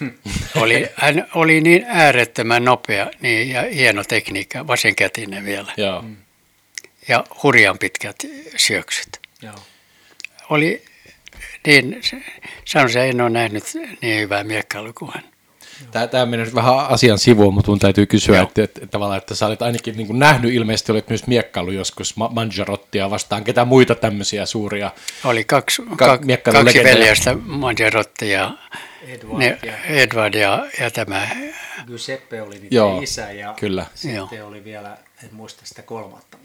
Hän oli niin äärettömän nopea niin, ja hieno tekniikka, vasenkätinen vielä. Joo. Ja hurjan pitkät syöksyt. Joo. Oli niin, sanoisin, en ole nähnyt niin hyvää miekkailua kuin hän. Tämä menee nyt vähän asian sivuun, mutta mun täytyy kysyä, että tavallaan, että sä olet ainakin niin kuin nähnyt, ilmeisesti olet myös miekkailu joskus Mangiarottia vastaan. Ketä muita tämmöisiä suuria oli kaksi veljestä, Mangiarotti ja Edward ja tämä. Giuseppe oli niiden isä ja kyllä. Sitten oli vielä, en muista sitä 3. Mutta.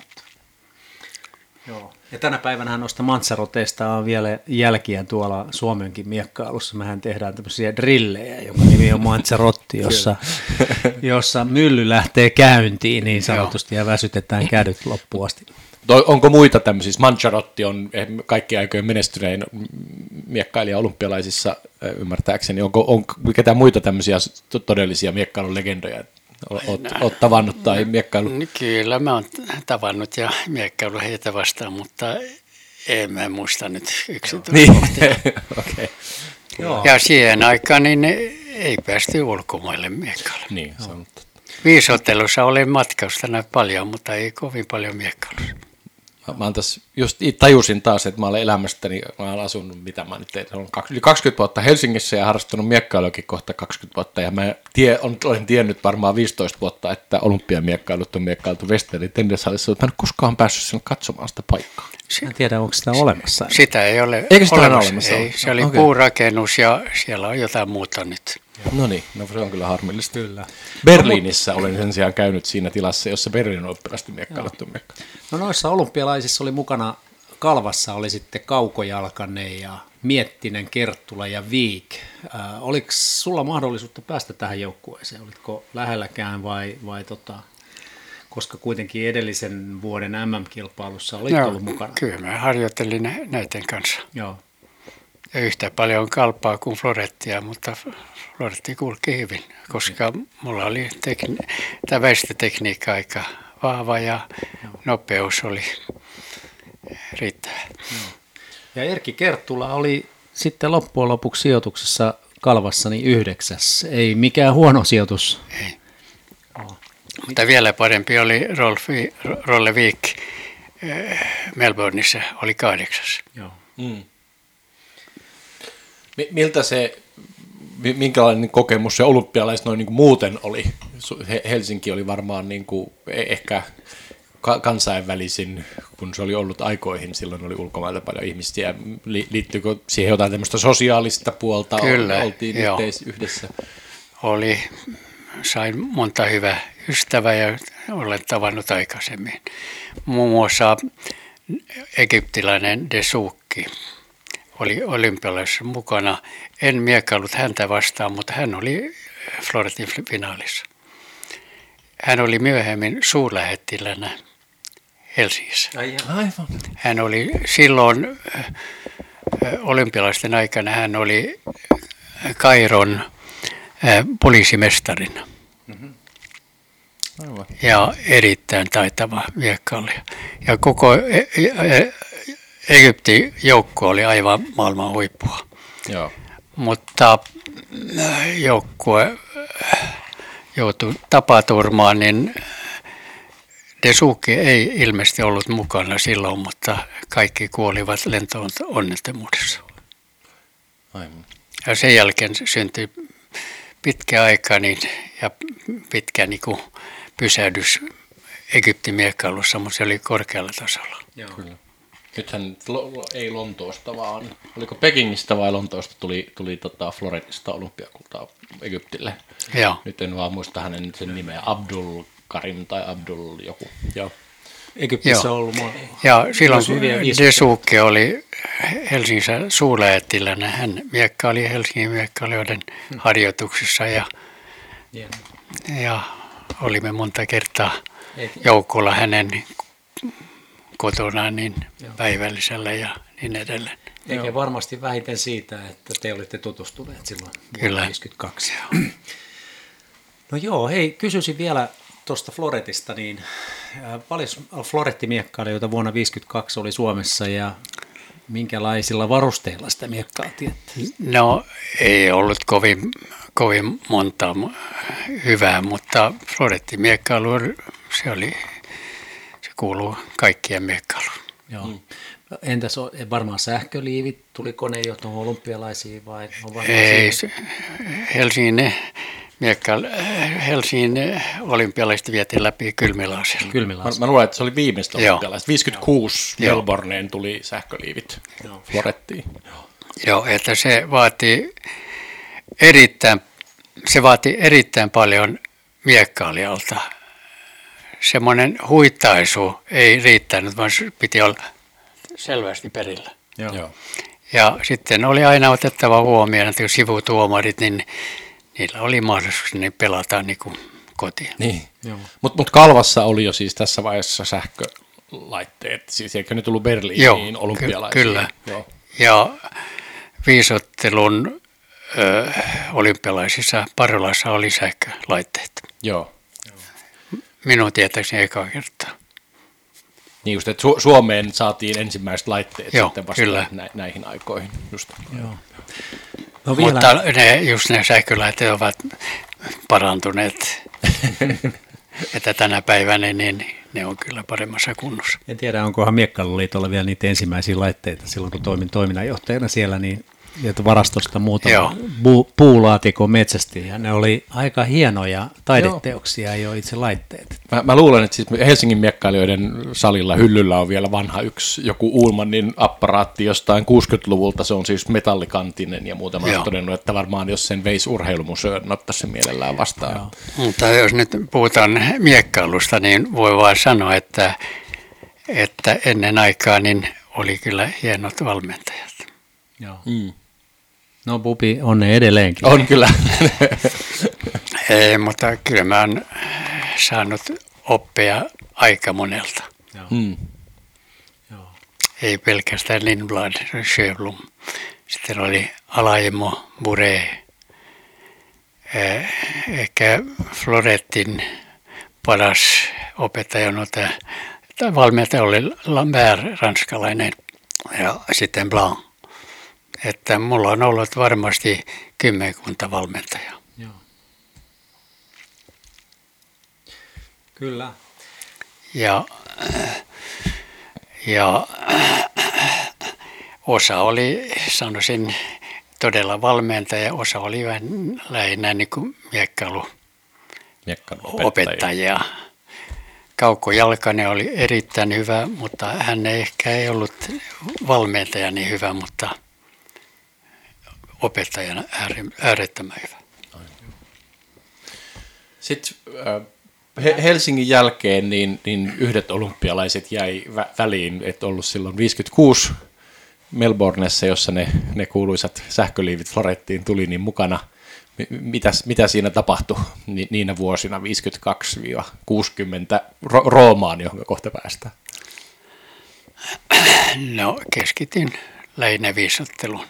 Joo. Ja tänä päivänä noista Mangiaroteista on vielä jälkiä tuolla Suomenkin miekkailussa. Mehän tehdään tämmöisiä drillejä, jonka nimi on Mangiarotti, jossa mylly lähtee käyntiin niin sanotusti ja väsytetään kädet loppuun asti. Onko muita tämmöisiä? Mangiarotti on kaikki aikojen menestynein miekkailija olympialaisissa ymmärtääkseni. Onko ketään muita tämmöisiä todellisia miekkailun legendoja? Olet tavannut tai miekkailu? Kyllä mä oon tavannut ja miekkailu heitä vastaan, mutta en mä muista nyt yksityiskohtia. Okay. Ja siihen aikaan niin ei päästy ulkomaille miekkailuun. Niin, se on totta. 5 ottelussa olen matkaustanut paljon, mutta ei kovin paljon miekkailussa. Mä just tajusin taas, että mä olen elämästäni, mä olen asunut, mitä mä nyt tein, yli 20 vuotta Helsingissä ja harrastanut miekkailuakin kohta 20 vuotta. Ja mä olen tiennyt varmaan 15 vuotta, että olympiamiekkailut on miekkailtu Westerin tennishallissa, mutta mä en koskaan päässyt sinne katsomaan sitä paikkaa. En tiedä, onko sitä olemassa. Sitä ei ole olemassa. Ei, se oli puurakennus ja siellä on jotain muuta nyt. No niin, se on kyllä harmillista. Kyllä. Berliinissä olen sen sijaan käynyt siinä tilassa, jossa Berliinin on oppilasti miekkailettu miekkailu. No noissa olympialaisissa oli mukana, Kalvassa oli sitten Kaukojalkanen ja Miettinen, Kerttula ja Viik. Oliko sulla mahdollisuutta päästä tähän joukkueeseen? Olitko lähelläkään vai koska kuitenkin edellisen vuoden MM-kilpailussa olit ollut mukana? Kyllä mä harjoittelin näiden kanssa. Joo. Ja yhtä paljon kalpaa kuin florettia, mutta floretti kulki hyvin, koska mulla oli tämä väistötekniikka aika vahva ja nopeus oli riittävä. Ja Erkki Kerttula oli sitten loppujen lopuksi sijoituksessa Kalvassa niin 9. Ei mikään huono sijoitus. Ei. Mutta vielä parempi oli Rolle Viik Melbourneissa, oli 8. Joo. Minkälainen kokemus se olympialaiset noin niin kuin muuten oli? Helsinki oli varmaan niin kuin ehkä kansainvälisin, kun se oli ollut aikoihin, silloin oli ulkomailta paljon ihmisiä. Liittyykö siihen jotain tämmöistä sosiaalista puolta? Kyllä, oltiin yhdessä? Oli, sain monta hyvää ystävää ja olen tavannut aikaisemmin. Muun muassa egyptiläinen Dessouky oli olympialaisessa mukana. En miekkaillut häntä vastaan, mutta hän oli Floretin finaalissa. Hän oli myöhemmin suurlähettilänä Helsingissä. Aivan. Hän oli silloin olympialaisten aikana, hän oli Kairon poliisimestarina. Aivan. Ja erittäin taitava miekkailija. Ja koko Egyptin joukko oli aivan maailman huippua. Joo. Mutta joukkue joutui tapaturmaan, niin Dessouky ei ilmeisesti ollut mukana silloin, mutta kaikki kuolivat lento-onnettomuudessa. Aivan. Ja sen jälkeen syntyi pitkä aika ja pitkä pysähdys Egyptin miekkailussa, mutta se oli korkealla tasolla. Kyllä. Nythän ei Lontoosta, vaan oliko Pekingistä vai Lontoosta tuli Floretista olympiakultaa Egyptille. Joo. Nyt en vaan muista hänen sen nimeä, Abdul Karim tai Abdul joku. Joo. Egyptissä on ollut ja silloin kun Dessouky oli Helsingissä suurlähettilänä, hän miekkaili Helsingin miekkailijoiden harjoituksissa ja olimme monta kertaa joukolla hänen kotonaan niin päivällisellä ja niin edelleen. Eikä varmasti vähiten siitä, että te olitte tutustuneet silloin vuonna 1952. No joo, hei, kysyisin vielä tuosta Floretista, niin paljon florettimiekkailijoita vuonna 1952 oli Suomessa ja minkälaisilla varusteilla sitä miekkailtiin? No ei ollut kovin monta hyvää, mutta florettimiekailu se kuuluu kaikkien miekkailuun. Joo. Entäs varmaan sähköliivit, tuliko ne jo tuohon olympialaisiin vai? Ei, Helsingin olympialaiset vietiin läpi kylmilaasilla. Mä luulen, että se oli viimeistä olympialaista. 56 Melbourneen tuli sähköliivit Florettiin. Joo, että se vaati erittäin paljon miekkailijalta. Semmoinen huittaisu ei riittänyt, vaan piti olla selvästi perillä. Joo. Ja sitten oli aina otettava huomioon, että jos sivutuomarit, niin niillä oli mahdollisuus pelata niin kuin kotiin. Niin. Mutta Kalvassa oli jo siis tässä vaiheessa sähkölaitteet, siis eikö ne tullut Berliiniin olympialaisiin? Kyllä. Joo. Ja viisottelun olympialaisissa Parolassa oli sähkölaitteet. Joo. Minun tietääkseni eka kertaa. Niin just, että Suomeen saatiin ensimmäiset laitteet sitten vasta kyllä. Näihin aikoihin. Just. Joo. No mutta ne sähkölaitteet ovat parantuneet, että tänä päivänä niin ne on kyllä paremmassa kunnossa. En tiedä, onkohan Miekkailuluitolla vielä niitä ensimmäisiä laitteita silloin, kun toimin toiminnanjohtajana siellä, niin varastosta muutama puulaatikon metsästi, ja ne oli aika hienoja taideteoksia jo itse laitteet. Mä luulen, että siis Helsingin miekkailijoiden salilla hyllyllä on vielä vanha joku Uhlmannin apparaatti jostain 60-luvulta, se on siis metallikantinen ja muutama on todennut, että varmaan jos sen veisi urheilumuseoon, ottaisi sen mielellään vastaan. Joo. Mutta jos nyt puhutaan miekkailusta, niin voi vaan sanoa, että ennen aikaa niin oli kyllä hienot valmentajat. Joo. No Bubi on ne edelleenkin. On kyllä. Ei, mutta kyllä mä oon saanut oppia aika monelta. Joo. Joo. Ei pelkästään Lindblad, Sjöblom. Sitten oli Alaimo, Bure. Ehkä Florettin paras opettaja, tai valmentaja oli Lambert, ranskalainen, ja sitten Blanc. Että mulla on ollut varmasti 10 valmentajaa. Joo. Kyllä. Ja osa oli, sanoisin, todella valmentaja, osa oli vähän lähinnä niin kuin miekkailuopettajia. Kaukko Jalkanen oli erittäin hyvä, mutta hän ei ollut valmentaja niin hyvä, mutta opettajana äärettömän hyvä. Sitten Helsingin jälkeen niin yhdet olympialaiset jäi väliin, että ollut silloin 56 Melbourneessa, jossa ne kuuluisat sähköliivit Florettiin tuli niin mukana. Mitä siinä tapahtui niinä vuosina 52-60 Roomaan, johon kohta päästään? No, keskityin lähinnä viisotteluun.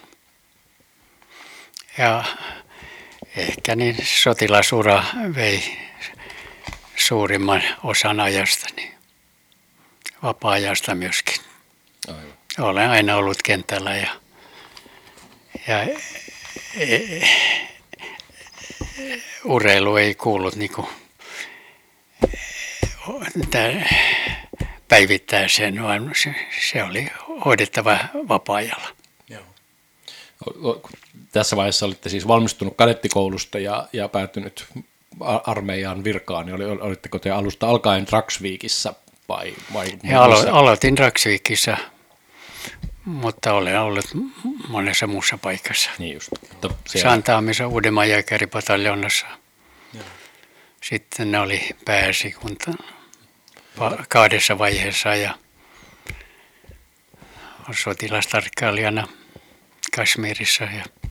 Ja ehkä niin sotilasura vei suurimman osan ajastani, vapaa-ajasta myöskin. Aivan. Olen aina ollut kentällä ja urheilu ei kuullut niinku päivittäiseen, vaan se oli hoidettava vapaa-ajalla. Joo. Tässä vaiheessa olitte siis valmistunut kadettikoulusta ja päätynyt armeijan virkaan, niin olitteko te alusta alkaen Dragsvikissä vai aloitin Dragsvikissä, mutta olen ollut monessa muussa paikassa. Niin just. Santaamissa Uudenmaan jääkäripataljonassa. Sitten ne oli pääesikunta 2 vaiheessa ja sotilastarkkailijana Kashmirissa.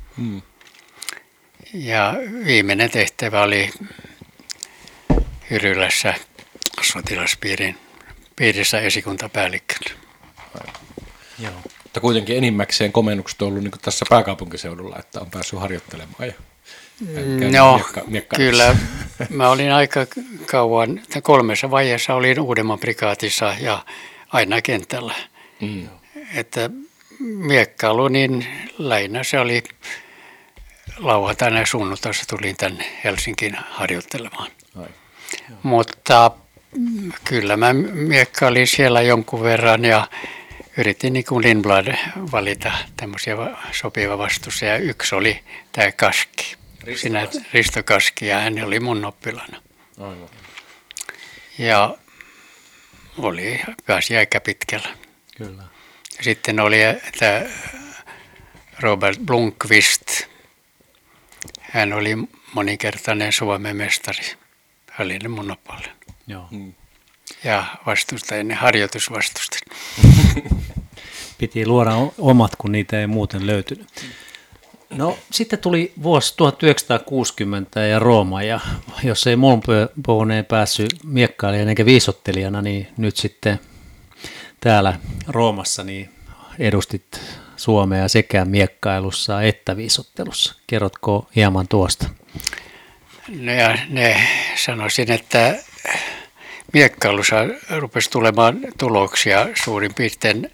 Ja viimeinen tehtävä oli Hyrylässä sotilaspiirissä esikuntapäällikkönä. Joo. Mutta kuitenkin enimmäkseen komennukset on ollut niin kuin tässä pääkaupunkiseudulla, että on päässyt harjoittelemaan. No, kyllä. Mä olin aika kauan, 3 vaiheessa olin Uudenmaan prikaatissa ja aina kentällä. Että miekkailu, niin lähinnä se oli lauantaina ja sunnuntaissa tulin tänne Helsinkiin harjoittelemaan. Mutta kyllä mä miekkailin siellä jonkun verran ja yritin niin kuin Lindblad valita tämmöisiä sopiva vastustajia. Ja yksi oli tämä Kaski. Risto Kaski, ja hän oli mun oppilana. Aivan. Ja pääsi aika pitkällä. Kyllä. Ja sitten oli tämä Robert Blomqvist. Hän oli moninkertainen Suomen mestari. Hän oli mun oppilana. Joo. Ja vastustajien harjoitusvastustajien. Piti luoda omat, kun niitä ei muuten löytynyt. No sitten tuli vuosi 1960 ja Rooma, ja jos ei Molbourneen päässyt miekkailijana eikä viisottelijana, niin nyt sitten täällä Roomassa niin edustit Suomea sekä miekkailussa että viisottelussa. Kerrotko hieman tuosta? No ja sanoisin, että miekkailussa rupesi tulemaan tuloksia suurin piirtein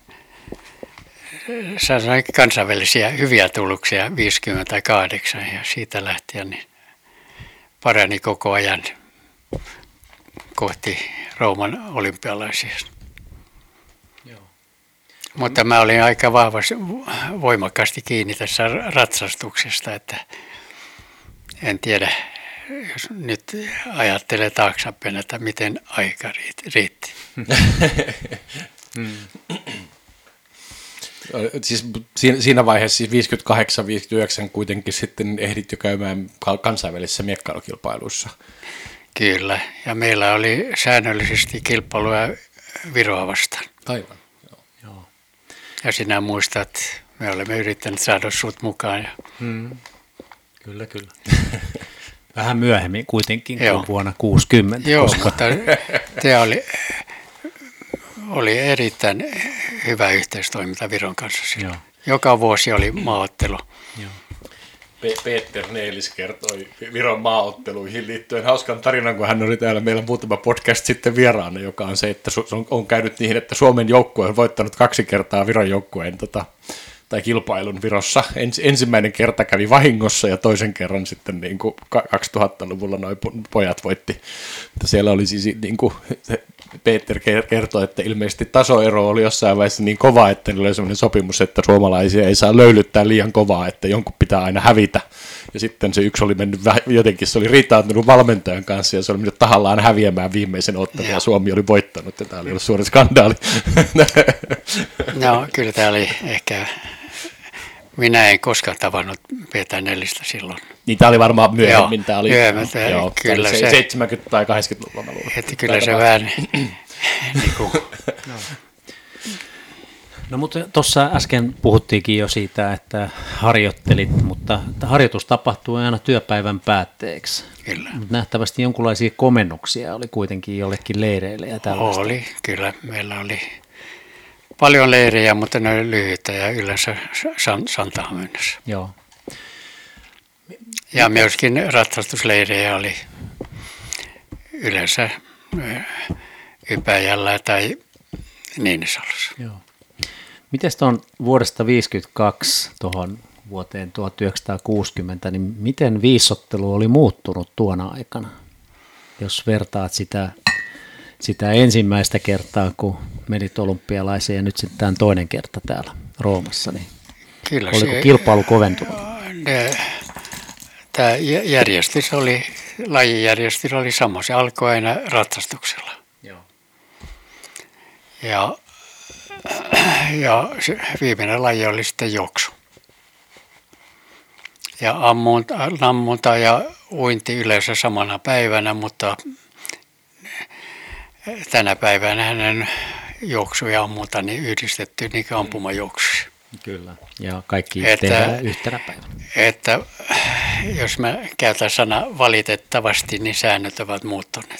kansainvälisiä hyviä tuloksia 58 ja siitä lähtien niin parani koko ajan kohti Rooman olympialaisia. Joo. Mutta mä olin aika voimakkaasti kiinni tässä ratsastuksesta, että en tiedä, jos nyt ajattelee taaksepäin, että miten aika riitti. Siis siinä vaiheessa, siis 58-59 kuitenkin sitten ehdit jo käymään kansainvälisissä miekkailukilpailuissa. Kyllä, ja meillä oli säännöllisesti kilpailuja Viroa vastaan. Aivan, joo. Ja sinä muistat, me olemme yrittäneet saada sut mukaan. Ja... Kyllä. Vähän myöhemmin kuitenkin kuin vuonna 60. Joo, mutta te oli erittäin hyvä yhteistoiminta Viron kanssa. Joo. Joka vuosi oli maaottelu. Joo. Peter Neelis kertoi Viron maaotteluihin liittyen hauskan tarinan, kun hän oli täällä meillä muutama podcast sitten vieraana, joka on se, että on käynyt niin, että Suomen joukkue on voittanut 2 kertaa Viron joukkueen tai kilpailun Virossa. Ensimmäinen kerta kävi vahingossa ja toisen kerran sitten niin kuin 2000-luvulla nuo pojat voitti. Mutta siellä oli siis niin kuin Peter kertoi, että ilmeisesti tasoero oli jossain vaiheessa niin kova, että niillä oli sellainen sopimus, että suomalaisia ei saa löylyttää liian kovaa, että jonkun pitää aina hävitä. Ja sitten se yksi oli mennyt jotenkin, se oli riitaantunut valmentajan kanssa ja se oli mennyt tahallaan häviämään viimeisen ottelun ja Suomi oli voittanut ja tämä oli ollut suuri skandaali. No kyllä tämä oli ehkä Minä en koskaan tavannut Peter Nellistä silloin. Niin tämä oli varmaan myöhemmin. Tämä oli, kyllä se 70- tai 80-luvulla. Mä luulen. Että kyllä se vähän niin kuin, No mutta tuossa äsken puhuttiinkin jo siitä, että harjoittelit, mutta harjoitus tapahtuu aina työpäivän päätteeksi. kyllä. Mutta nähtävästi jonkinlaisia komennuksia oli kuitenkin jollekin leireille ja tällaista. Oli, kyllä. Meillä oli paljon leirejä, mutta ne oli lyhyitä ja yleensä Santahan mennessä. Joo. Ja myöskin ratsastusleirejä oli yleensä Ypäjällä tai Niinisalossa. Joo. Miten tuon vuodesta 1952 tuohon vuoteen 1960, niin miten viisottelu oli muuttunut tuona aikana? Jos vertaat sitä ensimmäistä kertaa, kun menit olympialaiseen ja nyt sitten tämän toinen kerta täällä Roomassa, niin Kyllä oliko kilpailu koventunut? Tämä lajijärjestys oli sama. Se alkoi aina ratsastuksella. Joo. Ja se viimeinen laji oli sitten juoksu. Ja ammunta ja uinti yleensä samana päivänä, mutta tänä päivänä hänen juoksu ja ammunta niin yhdistetty niin kuin ampumajuoksuksi. Kyllä, ja kaikki tehdään yhtenä päivänä. Että jos mä käytän sana valitettavasti, niin säännöt ovat muuttuneet.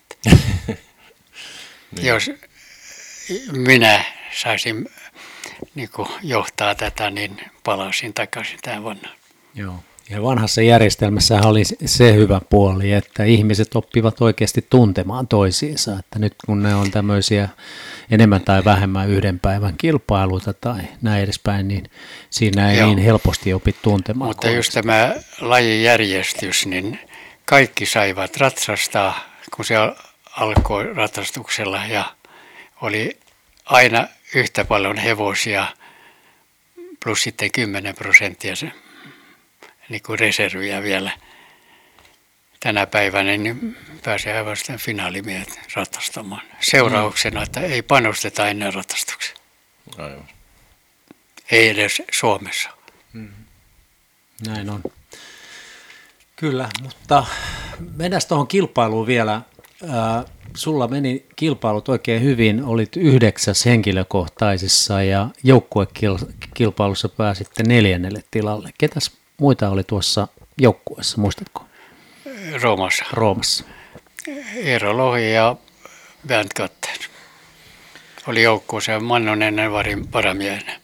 Jos minä saisin niin kuin johtaa tätä, niin palaisin takaisin tähän vanhaan. Joo. Ja vanhassa järjestelmässä oli se hyvä puoli, että ihmiset oppivat oikeasti tuntemaan toisiinsa. Että nyt kun ne on tämmöisiä enemmän tai vähemmän yhden päivän kilpailuita tai näin edespäin, niin siinä ei niin helposti opi tuntemaan. Mutta just tämä lajijärjestys, niin kaikki saivat ratsastaa, kun se alkoi ratsastuksella ja oli aina yhtä paljon hevosia plus sitten 10% se, niin kuin reserviä vielä tänä päivänä, niin pääsee aivan sitten finaalimiehet ratsastamaan. Seurauksena, että ei panosteta enää ratsastukseen. Aivan. Ei edes Suomessa. Näin on. Kyllä, mutta mennään tuohon kilpailuun vielä. Sulla meni kilpailut oikein hyvin, olit 9. henkilökohtaisissa ja joukkuekilpailussa pääsitte 4. tilalle. Ketäs muita oli tuossa joukkueessa, muistatko? Roomassa. Eero Lohi ja Bernd Katter oli joukkueessa ja Mannonen varamiehenä.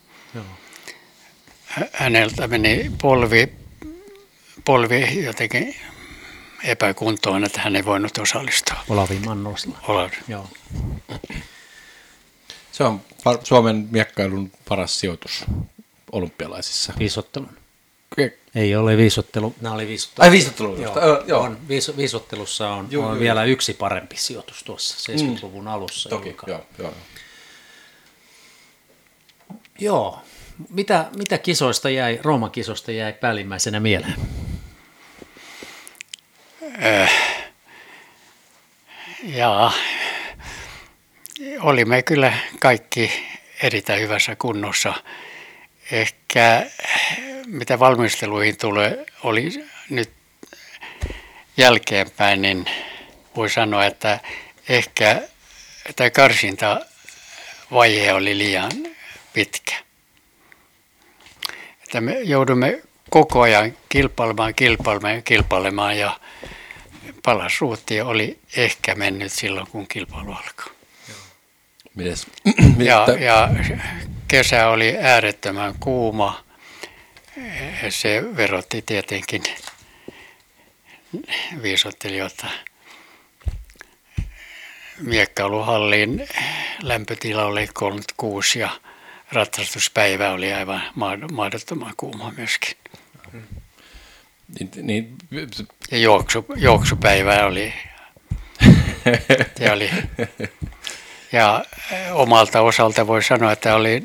Häneltä meni polvi jotenkin epäkuntoon, että hän ei voinut osallistua. Olavi Mannosla. Joo. Se on Suomen miekkailun paras sijoitus olympialaisissa. Viisottelun. Ei ole viisottelu. Nämä oli viisottelu. Ai viisottelu. Joo. On, viisottelussa on vielä yksi parempi sijoitus tuossa 70-luvun alussa. Toki, joo. Joo. Mitä kisoista Rooman kisoista jäi päällimmäisenä mieleen? Olimme kyllä kaikki erittäin hyvässä kunnossa. Ehkä mitä valmisteluihin tulee, oli nyt jälkeenpäin, niin voi sanoa, että ehkä tämä karsintavaihe oli liian pitkä. Että me joudumme koko ajan kilpailemaan ja palas ruutti oli ehkä mennyt silloin, kun kilpailu alkoi. Mites? Ja kesä oli äärettömän kuuma. Se verotti tietenkin viisottelijoita. Miekkailuhallin lämpötila oli 36 ja ratsastuspäivä oli aivan mahdottoman kuuma myöskin. Ja juoksupäivä oli. Ja omalta osalta voi sanoa, että olin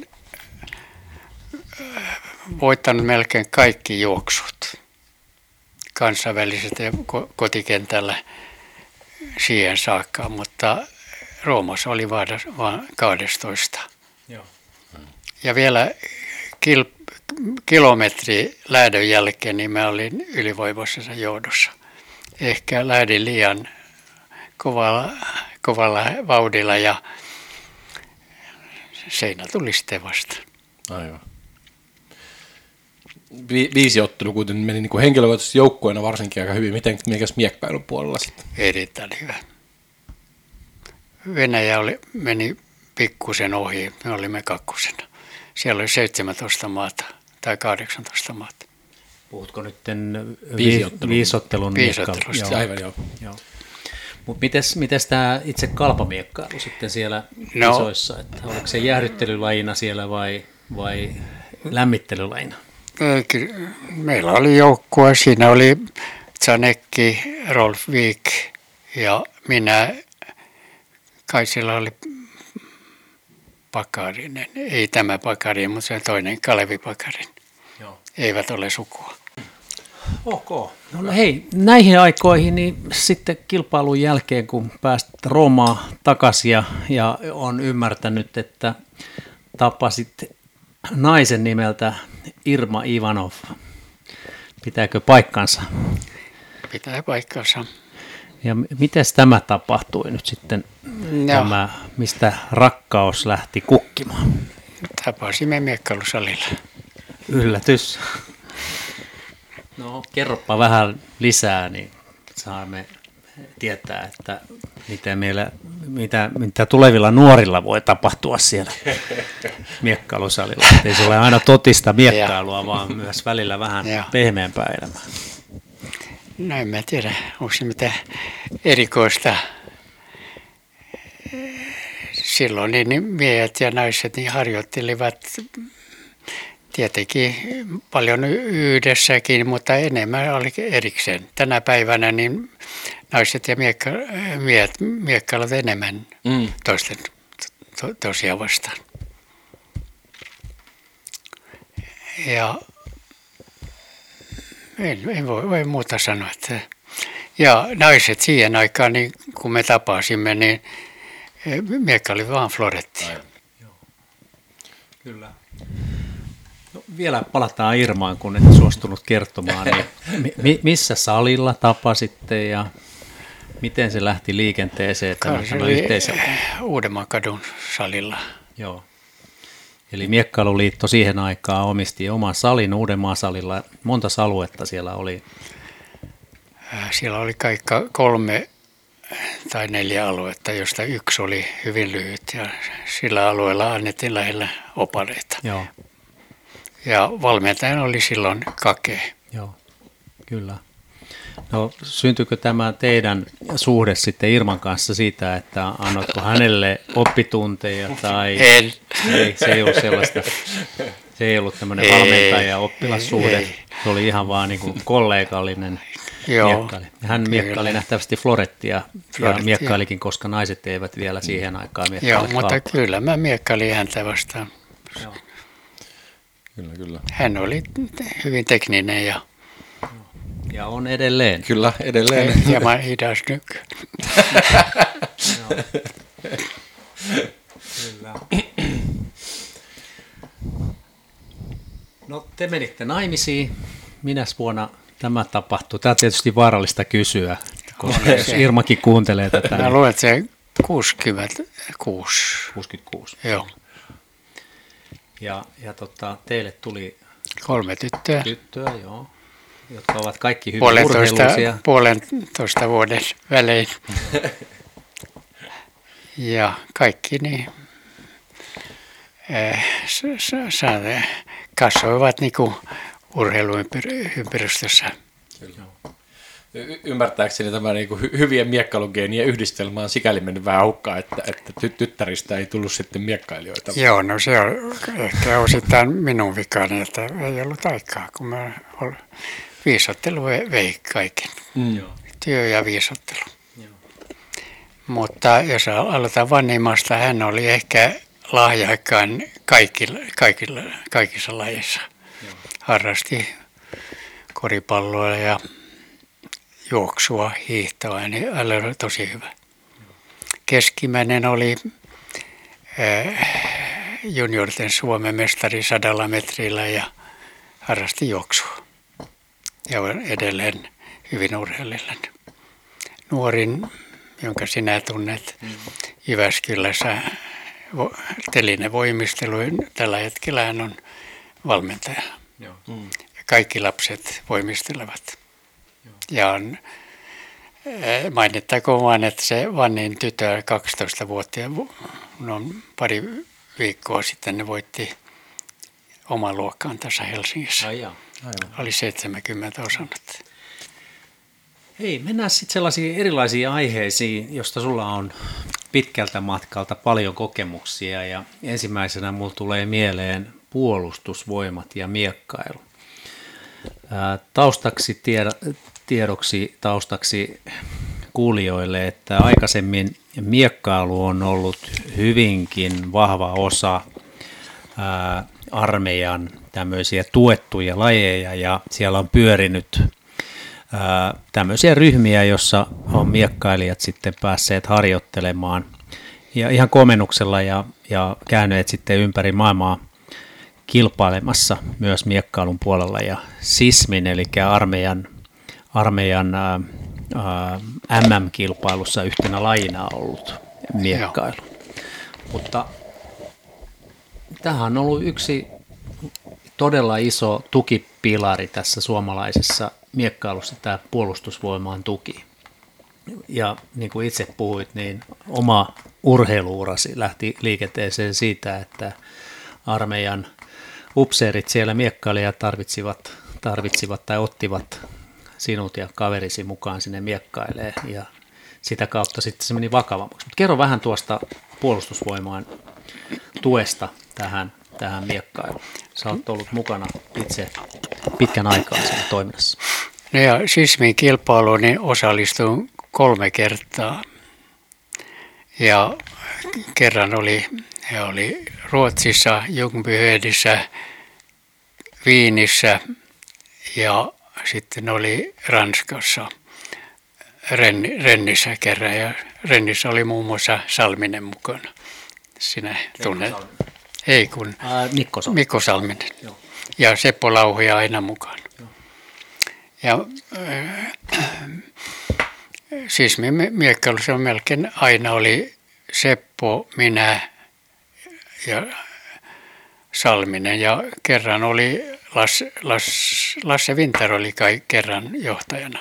voittanut melkein kaikki juoksut. Kansainväliset ja kotikentällä siihen saakka, mutta Roomassa oli vain 12. Joo. Ja vielä kilometri lähdön jälkeen, niin mä olin ylivoimaisessa johdossa. Ehkä lähdin liian kovalla vauhdilla ja seinä tuli sitten vastaan. Aivan. 5 ottelua kuitenkin meni niin kuin henkilökohtaisesti joukkueena varsinkin aika hyvin. Mikäs miekkailun puolella sitten? Erittäin hyvä. Venäjä meni pikkusen ohi, me olimme kakkosena. Siellä oli 17 maata tai 18 maata. Puhutko nyt viisottelun viisottelusta? Joo. Aivan joo. Mutta mites tämä itse kalpamiekkailu sitten siellä isoissa? Että oliko se jäähdyttelylajina siellä vai lämmittelylajina? Meillä oli joukkue, siinä oli Zanekki, Rolf Wijk ja minä. Kai sillä oli Pakarinen, ei tämä Pakarinen, mutta se toinen Kalevi Pakarinen. Joo. Eivät ole sukua. Ok. No hei, näihin aikoihin niin sitten kilpailun jälkeen, kun pääsit Roomaan takaisin ja on ymmärtänyt, että tapasit naisen nimeltä Irma Ivanov. Pitääkö paikkansa? Pitää paikkansa. Ja miten tämä tapahtui nyt sitten, tämä, mistä rakkaus lähti kukkimaan? Tapasimme miekkailusalilla. Yllätys. No kerropa vähän lisää, niin saamme tietää, että mitä tulevilla nuorilla voi tapahtua siellä miekkailusalilla. Ei se ole aina totista miekkailua, vaan myös välillä vähän pehmeämpää elämää. No en mä tiedä, onko se mitään erikoista. Silloin niin miehet ja naiset niin harjoittelivat tietenkin paljon yhdessäkin, mutta enemmän oli erikseen. Tänä päivänä niin naiset ja miehet miekkailevat enemmän toisten tosiaan vastaan. Ja en voi muuta sanoa. Että ja naiset siihen aikaan, niin kun me tapasimme, niin miekkaili vaan florettiin. Kyllä. No, vielä palataan Irmaan, kun et suostunut kertomaan. Niin missä salilla tapasitte ja miten se lähti liikenteeseen tämä yhteisö? Uudenmaan kadun salilla. Joo. Eli Miekkailuliitto siihen aikaan omisti oman salin Uudenmaan salilla. Monta aluetta siellä oli? Siellä oli kaikki 3 tai 4 aluetta, josta yksi oli hyvin lyhyt ja sillä alueella annettiin lähellä opaleita. Joo. Ja valmentajana oli silloin Kake. Joo, kyllä. No syntyykö tämä teidän suhde sitten Irman kanssa siitä, että annoitko hänelle oppitunteja tai... En. Ei, se ei ollut sellaista. Se ei ollut tämmöinen valmentaja- ja oppilassuhde. Ei. Se oli ihan vaan niin kuin kollegallinen miekkaili. Hän miekkaili nähtävästi florettia ja miekkailikin, koska naiset eivät vielä siihen aikaan miekkaili. Joo, mutta kyllä mä miekkailin häntä vastaan. Joo. Kyllä. Hän oli hyvin tekninen Ja on edelleen. Kyllä, edelleen. hieman hidas nykyään. Kyllä. No te menitte naimisiin. Minäs vuonna tämä tapahtui? Tämä on tietysti vaarallista kysyä, koska jos Irmakin kuuntelee tätä. Mä luulen, että se 66. 66. Joo. Ja teille tuli 3 tyttöä. joo, jotka ovat kaikki hyvin urheiluisia. Puolentoista vuoden välein. Ja kaikki niin kasvoivat niin kuin urheiluympäristössä. Ymmärtääkseni tämä niin kuin hyvien miekkailugeenien yhdistelmä on sikäli mennyt vähän hukkaan, että tyttäristä ei tullut sitten miekkailijoita. Joo, no se on ehkä osittain minun vikani, että ei ollut aikaa, kun mä viisottelu vei kaiken. Työ ja viisottelu. Mutta jos aloitetaan vanhimmasta, hän oli ehkä lahjakkaan kaikissa lajeissa. Harrasti koripalloa ja juoksua, hiihtoa, niin hän oli tosi hyvä. Keskimmäinen oli juniorten Suomen mestari 100 metrillä ja harrastin juoksua ja olen edelleen hyvin urheilinen. Nuorin, jonka sinä tunnet Jyväskylässä, Telinen voimistelu, tällä hetkellä hän on valmentaja. Kaikki lapset voimistelevat. Ja on, mainittakoon vaan, että se vanhin tytö 12-vuotiaan, noin pari viikkoa sitten ne voitti oman luokkaan tässä Helsingissä. Oli 70 osannut. Hei, mennään sitten sellaisiin erilaisiin aiheisiin, josta sulla on pitkältä matkalta paljon kokemuksia. Ja ensimmäisenä mulla tulee mieleen puolustusvoimat ja miekkailu. Taustaksi kuulijoille, että aikaisemmin miekkailu on ollut hyvinkin vahva osa armeijan tämmöisiä tuettuja lajeja, ja siellä on pyörinyt tämmöisiä ryhmiä, jossa on miekkailijat sitten päässeet harjoittelemaan ja ihan komennuksella ja käyneet sitten ympäri maailmaa kilpailemassa myös miekkailun puolella, ja SISMin eli armeijan MM-kilpailussa yhtenä lajina on ollut miekkailu. Mutta tämähän on ollut yksi todella iso tukipilari tässä suomalaisessa miekkailussa, tämä puolustusvoimaan tuki. Ja niin kuin itse puhuit, niin oma urheiluurasi lähti liikenteeseen siitä, että armeijan upseerit siellä miekkailijat tarvitsivat tai ottivat sinut ja kaverisi mukaan sinne miekkailemaan, ja sitä kautta sitten se meni vakavammaksi. Mutta kerro vähän tuosta puolustusvoimaan tuesta tähän miekkailuun. Sä oot ollut mukana itse pitkän aikaa siinä toiminnassa. No ja SISMin kilpailuun niin osallistuin 3 kertaa. Ja kerran oli Ruotsissa, Ljungbyhedissä, Viinissä ja sitten oli Ranskassa Rennissä kerran. Ja Rennissä oli muun muassa Salminen mukana. Sinä tunnet. Ei kun Mikko Salminen. Joo. Ja Seppo Lauhuja aina mukana. Joo. Ja siis miekkailussa melkein aina oli Seppo, minä ja Salminen, ja kerran oli Lasse Winter oli kai kerran johtajana.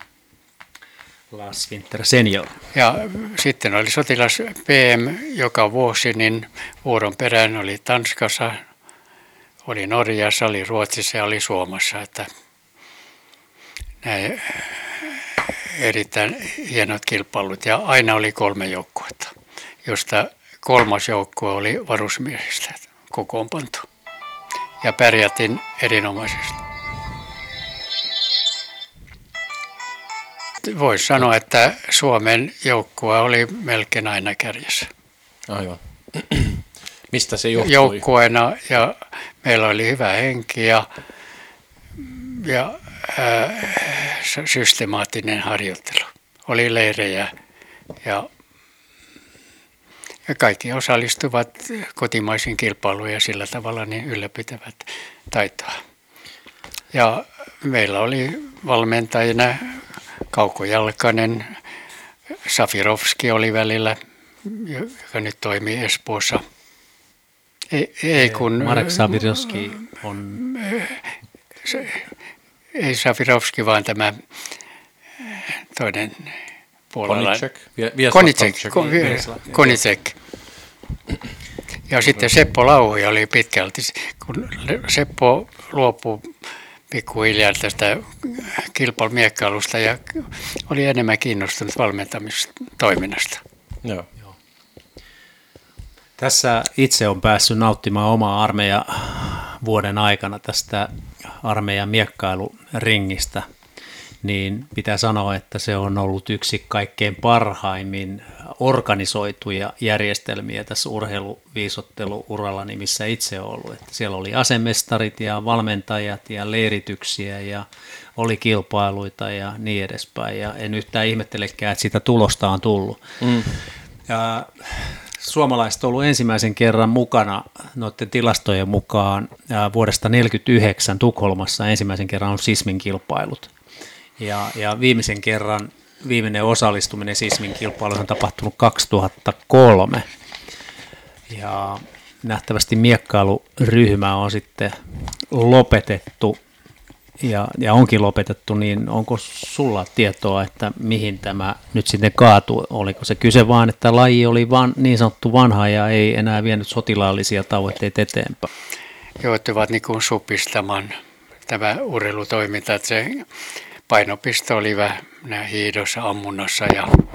Lars Winter senior. Ja sitten oli sotilas PM joka vuosi, niin vuoron perään oli Tanskassa, oli Norjassa, oli Ruotsissa ja oli Suomessa. Että näin erittäin hienot kilpailut, ja aina oli 3 joukkuetta, josta 3. joukkue oli varusmiehistä kokoonpantu. Ja pärjätin erinomaisesti. Voisi sanoa, että Suomen joukkue oli melkein aina kärjessä. Aivan. Mistä se johtui? Joukkueena, ja meillä oli hyvä henki ja systemaattinen harjoittelu. Oli leirejä ja kaikki osallistuvat kotimaisiin kilpailuihin ja sillä tavalla niin ylläpitävät taitoa. Ja meillä oli valmentajina Kauko Jalkanen, Safirovski oli välillä, joka nyt toimii Espoossa. Ei kun Marek Safirovski on... Ei Safirovski, vaan tämä toinen puolella. Konicek. Ja sitten Seppo Lauhuja oli pitkälti, kun Seppo luopui pikkuhiljaa tästä kilpailumiekkailusta ja oli enemmän kiinnostunut valmentamistoiminnasta. Joo. Tässä itse on päässyt nauttimaan omaa vuoden aikana tästä armeijan miekkailuringistä, niin pitää sanoa, että se on ollut yksi kaikkein parhaimmin organisoituja järjestelmiä tässä urheiluviisotteluuralla, missä itse olen ollut. Että siellä oli asemestarit ja valmentajat ja leirityksiä ja oli kilpailuita ja niin edespäin. Ja en yhtään ihmettelekään, että sitä tulosta on tullut. Ja suomalaiset on ollut ensimmäisen kerran mukana noiden tilastojen mukaan vuodesta 1949 Tukholmassa ensimmäisen kerran on sismin kilpailut. Ja viimeinen osallistuminen sismin kilpailuun on tapahtunut 2003. Ja nähtävästi miekkailuryhmä on sitten lopetettu ja onkin lopetettu, niin onko sulla tietoa, että mihin tämä nyt sitten kaatui? Oliko se kyse vaan, että laji oli niin sanottu vanha ja ei enää vienyt sotilaallisia tavoitteita eteenpäin? Joutuivat niin kuin supistamaan tämä urheilutoiminta, että se painopiste oli vähän hiidossa, ammunnassa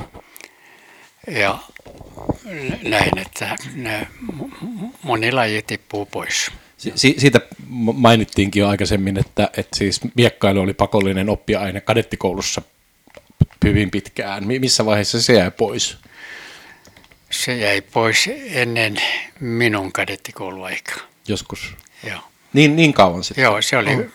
ja näin, että moni laji tippuu pois. Siitä mainittiinkin jo aikaisemmin, että siis miekkailu oli pakollinen oppiaine kadettikoulussa hyvin pitkään. Missä vaiheessa se jäi pois? Se jäi pois ennen minun kadettikouluaikaa. Joskus? Joo. Niin kauan sitten? Joo, se oli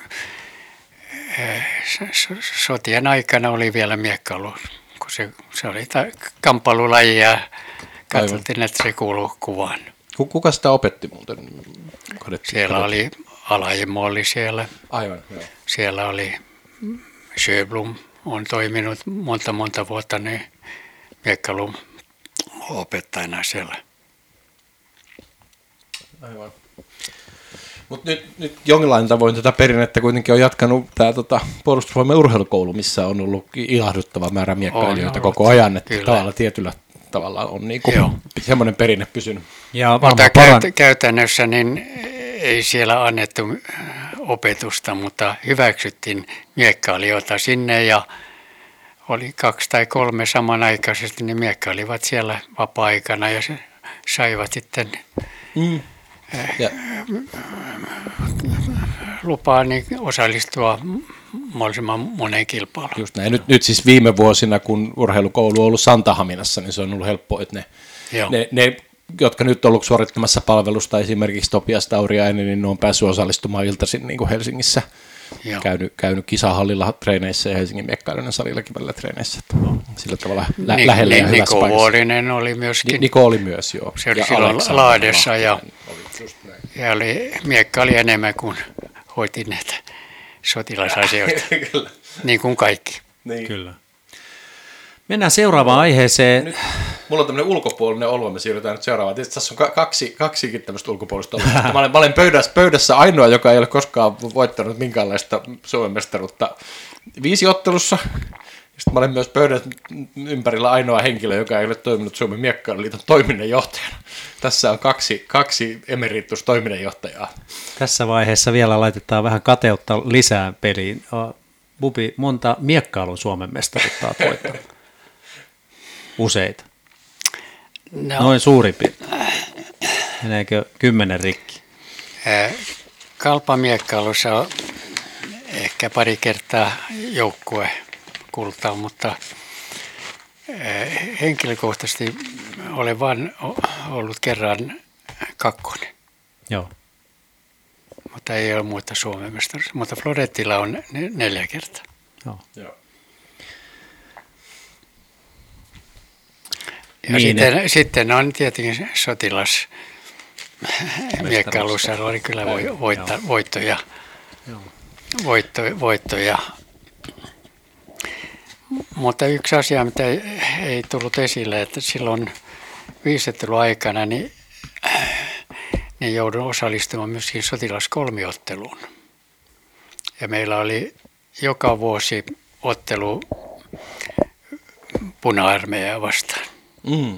sotien aikana oli vielä miekkailu, kun se oli kamppailulaji ja katsottiin, että se kuuluu kuvaan. Kuka sitä opetti muuten? Siellä oli Alaimo oli siellä. Aivan, joo. Siellä oli Sjöblom, on toiminut monta vuotta niin miekkailun opettajana siellä. Aivan. Mutta nyt jonkinlainen tavoin tätä perinnettä kuitenkin on jatkanut tämä Puolustusvoimien urheilukoulu, missä on ollut ilahduttava määrä miekkailijoita koko ajan, että tietyllä tavalla on niinku semmoinen perinne pysynyt. Mutta käytännössä niin ei siellä annettu opetusta, mutta hyväksyttiin miekkailijoita sinne ja oli 2 tai 3 samanaikaisesti, niin miekkailivat siellä vapaa-aikana ja saivat sitten lupaa niin osallistua mahdollisimman moneen kilpailuun. Just näin. Nyt siis viime vuosina, kun urheilukoulu on ollut Santahaminassa, niin se on ollut helppo, että ne jotka nyt on ollut suorittamassa palvelusta, esimerkiksi Topias Tauriainen, niin ne on päässyt osallistumaan iltaisin niin kuin Helsingissä. Käynyt kisahallilla treeneissä ja Helsingin miekkailujen salillakin välillä treeneissä. Sillä tavalla lähellä ja hyvässä paikassa. Niko Vuorinen oli myöskin. Niko oli myös, joo. Se oli silloin Lahdessa ja miekka oli enemmän kuin hoiti näitä sotilasasioita, niin kuin kaikki. Niin. Kyllä. Mennään seuraavaan aiheeseen. Mulla on tämmöinen ulkopuolinen olo, me siirrytään nyt seuraavaan. Tietysti tässä on kaksikin tämmöistä ulkopuolista oloa. Mä olen pöydässä ainoa, joka ei ole koskaan voittanut minkäänlaista Suomen mestaruutta 5 ottelussa. Sitten mä olen myös pöydän ympärillä ainoa henkilö, joka ei ole toiminut Suomen Miekkailiiton toiminnanjohtajana. Tässä on kaksi emeritus-toiminnanjohtajaa. Tässä vaiheessa vielä laitetaan vähän kateutta lisää peliin. Bubi, monta miekkailun Suomen mestaruutta olet voittanut? Useita. No. Noin suurin piirtein. Meneekö 10 rikki? Kalpamiekkailussa on ehkä pari kertaa joukkue kultaa, mutta henkilökohtaisesti olen vain ollut kerran 2. Joo. Mutta ei ole muita Suomen mestaruuksia. Mutta Florettilla on 4 kertaa. Joo. Ja niin, sitten on tietenkin sotilas miekkailussa oli kyllä voittoja. Voittoja. Mutta yksi asia, mitä ei tullut esille, että silloin viisetteluaikana niin joudun osallistumaan myöskin sotilaskolmiotteluun. Ja meillä oli joka vuosi ottelu Puna-armeijaa vastaan. Mm.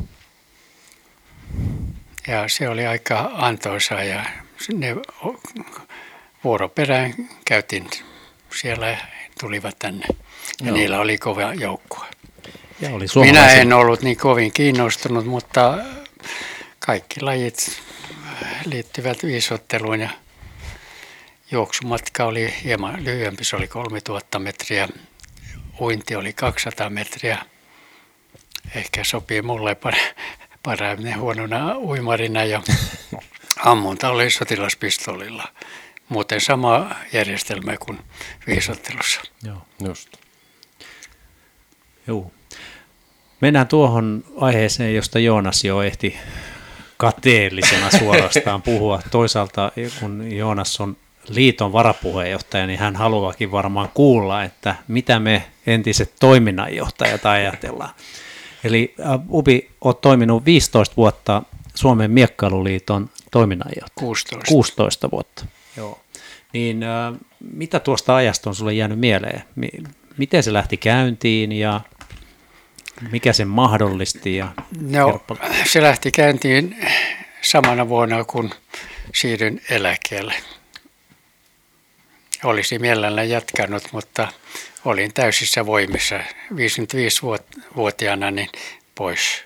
Ja se oli aika antoisaa ja ne vuoroperään käytiin siellä ja tulivat tänne. Ja niillä oli kova joukkue. Minä en ollut niin kovin kiinnostunut, mutta kaikki lajit liittyvät viisotteluun ja juoksumatka oli hieman lyhyempi, se oli 3000 metriä, uinti oli 200 metriä. Ehkä sopii mulle paremmin huonona uimarina ja ammunta oli sotilaspistoolilla. Muuten sama järjestelmä kuin viisottelussa. Joo, just. Joo. Mennään tuohon aiheeseen, josta Joonas jo ehti kateellisena suorastaan puhua. Toisaalta kun Joonas on liiton varapuheenjohtaja, niin hän haluaakin varmaan kuulla, että mitä me entiset toiminnanjohtajat ajatellaan. Eli Ubi, olet toiminut 15 vuotta Suomen Miekkailuliiton toiminnanjohtaja. 16 vuotta. Joo. Niin mitä tuosta ajasta on sulle jäänyt mieleen? Miten se lähti käyntiin ja mikä sen mahdollisti? No, se lähti käyntiin samana vuonna, kun siirryn eläkkeelle. Olisin mielelläni jatkanut, mutta olin täysissä voimissa 55-vuotiaana niin pois.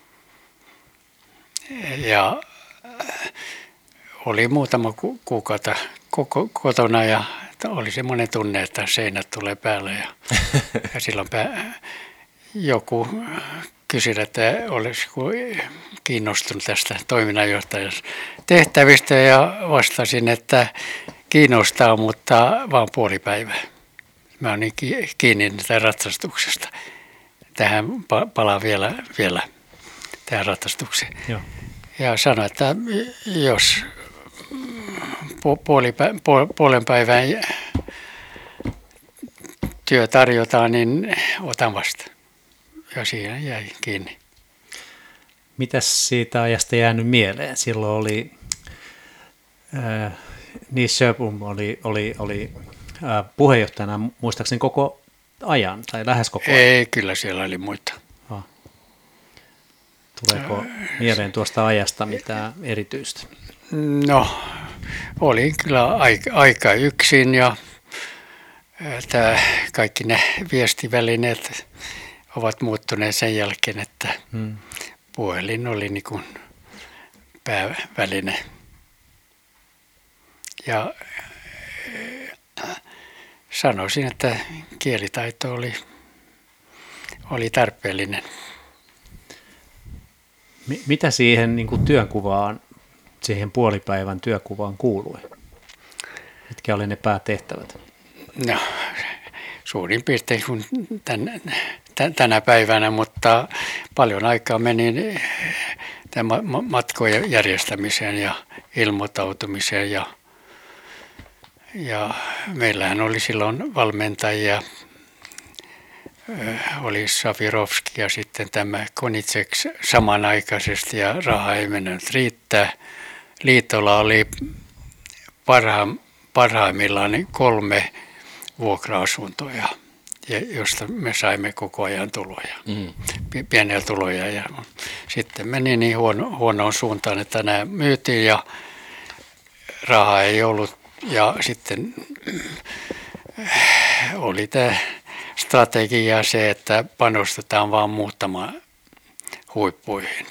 Ja oli muutama kuukautta kotona ja oli semmoinen tunne, että seinät tulee päälle. Ja silloin joku kysyi, että olisiko kiinnostunut tästä toiminnanjohtajan tehtävistä ja vastasin, että kiinnostaa, mutta vaan puoli päivää. Mä olen niin kiinni tästä ratsastuksesta. Tähän palaan vielä tähän ratsastukseen. Joo. Ja sanoin, että jos puolen päivän työ tarjotaan, niin otan vasta. Ja siihen jäi kiinni. Mitäs siitä ajasta jäänyt mieleen? Silloin oli Nils Sjöblom oli puheenjohtajana muistaakseni koko ajan, tai lähes koko ajan. Ei, kyllä siellä oli muita. Tuleeko mieleen tuosta ajasta mitään erityistä? No, olin kyllä aika yksin ja kaikki ne viestivälineet ovat muuttuneet sen jälkeen, että puhelin oli niin kuin pääväline. Ja sanoisin, että kielitaito oli tarpeellinen. Mitä siihen niin kuin työnkuvaan, siihen puolipäivän työkuvaan kuului? Mitkä oli ne päätehtävät? No, suurin piirtein kuin tänä päivänä, mutta paljon aikaa meni matkojen järjestämiseen ja ilmoittautumiseen. Ja meillähän oli silloin valmentajia, oli Safirovski ja sitten tämä Konitsek samanaikaisesti ja raha ei mennyt riittää. Liitolla oli parhaimmillaan 3 vuokra-asuntoja, josta me saimme koko ajan tuloja, pieniä tuloja. Ja sitten meni niin huonoon suuntaan, että nämä myytiin ja rahaa ei ollut. Ja sitten oli tämä strategia se, että panostetaan vaan muutamaan huippuihin.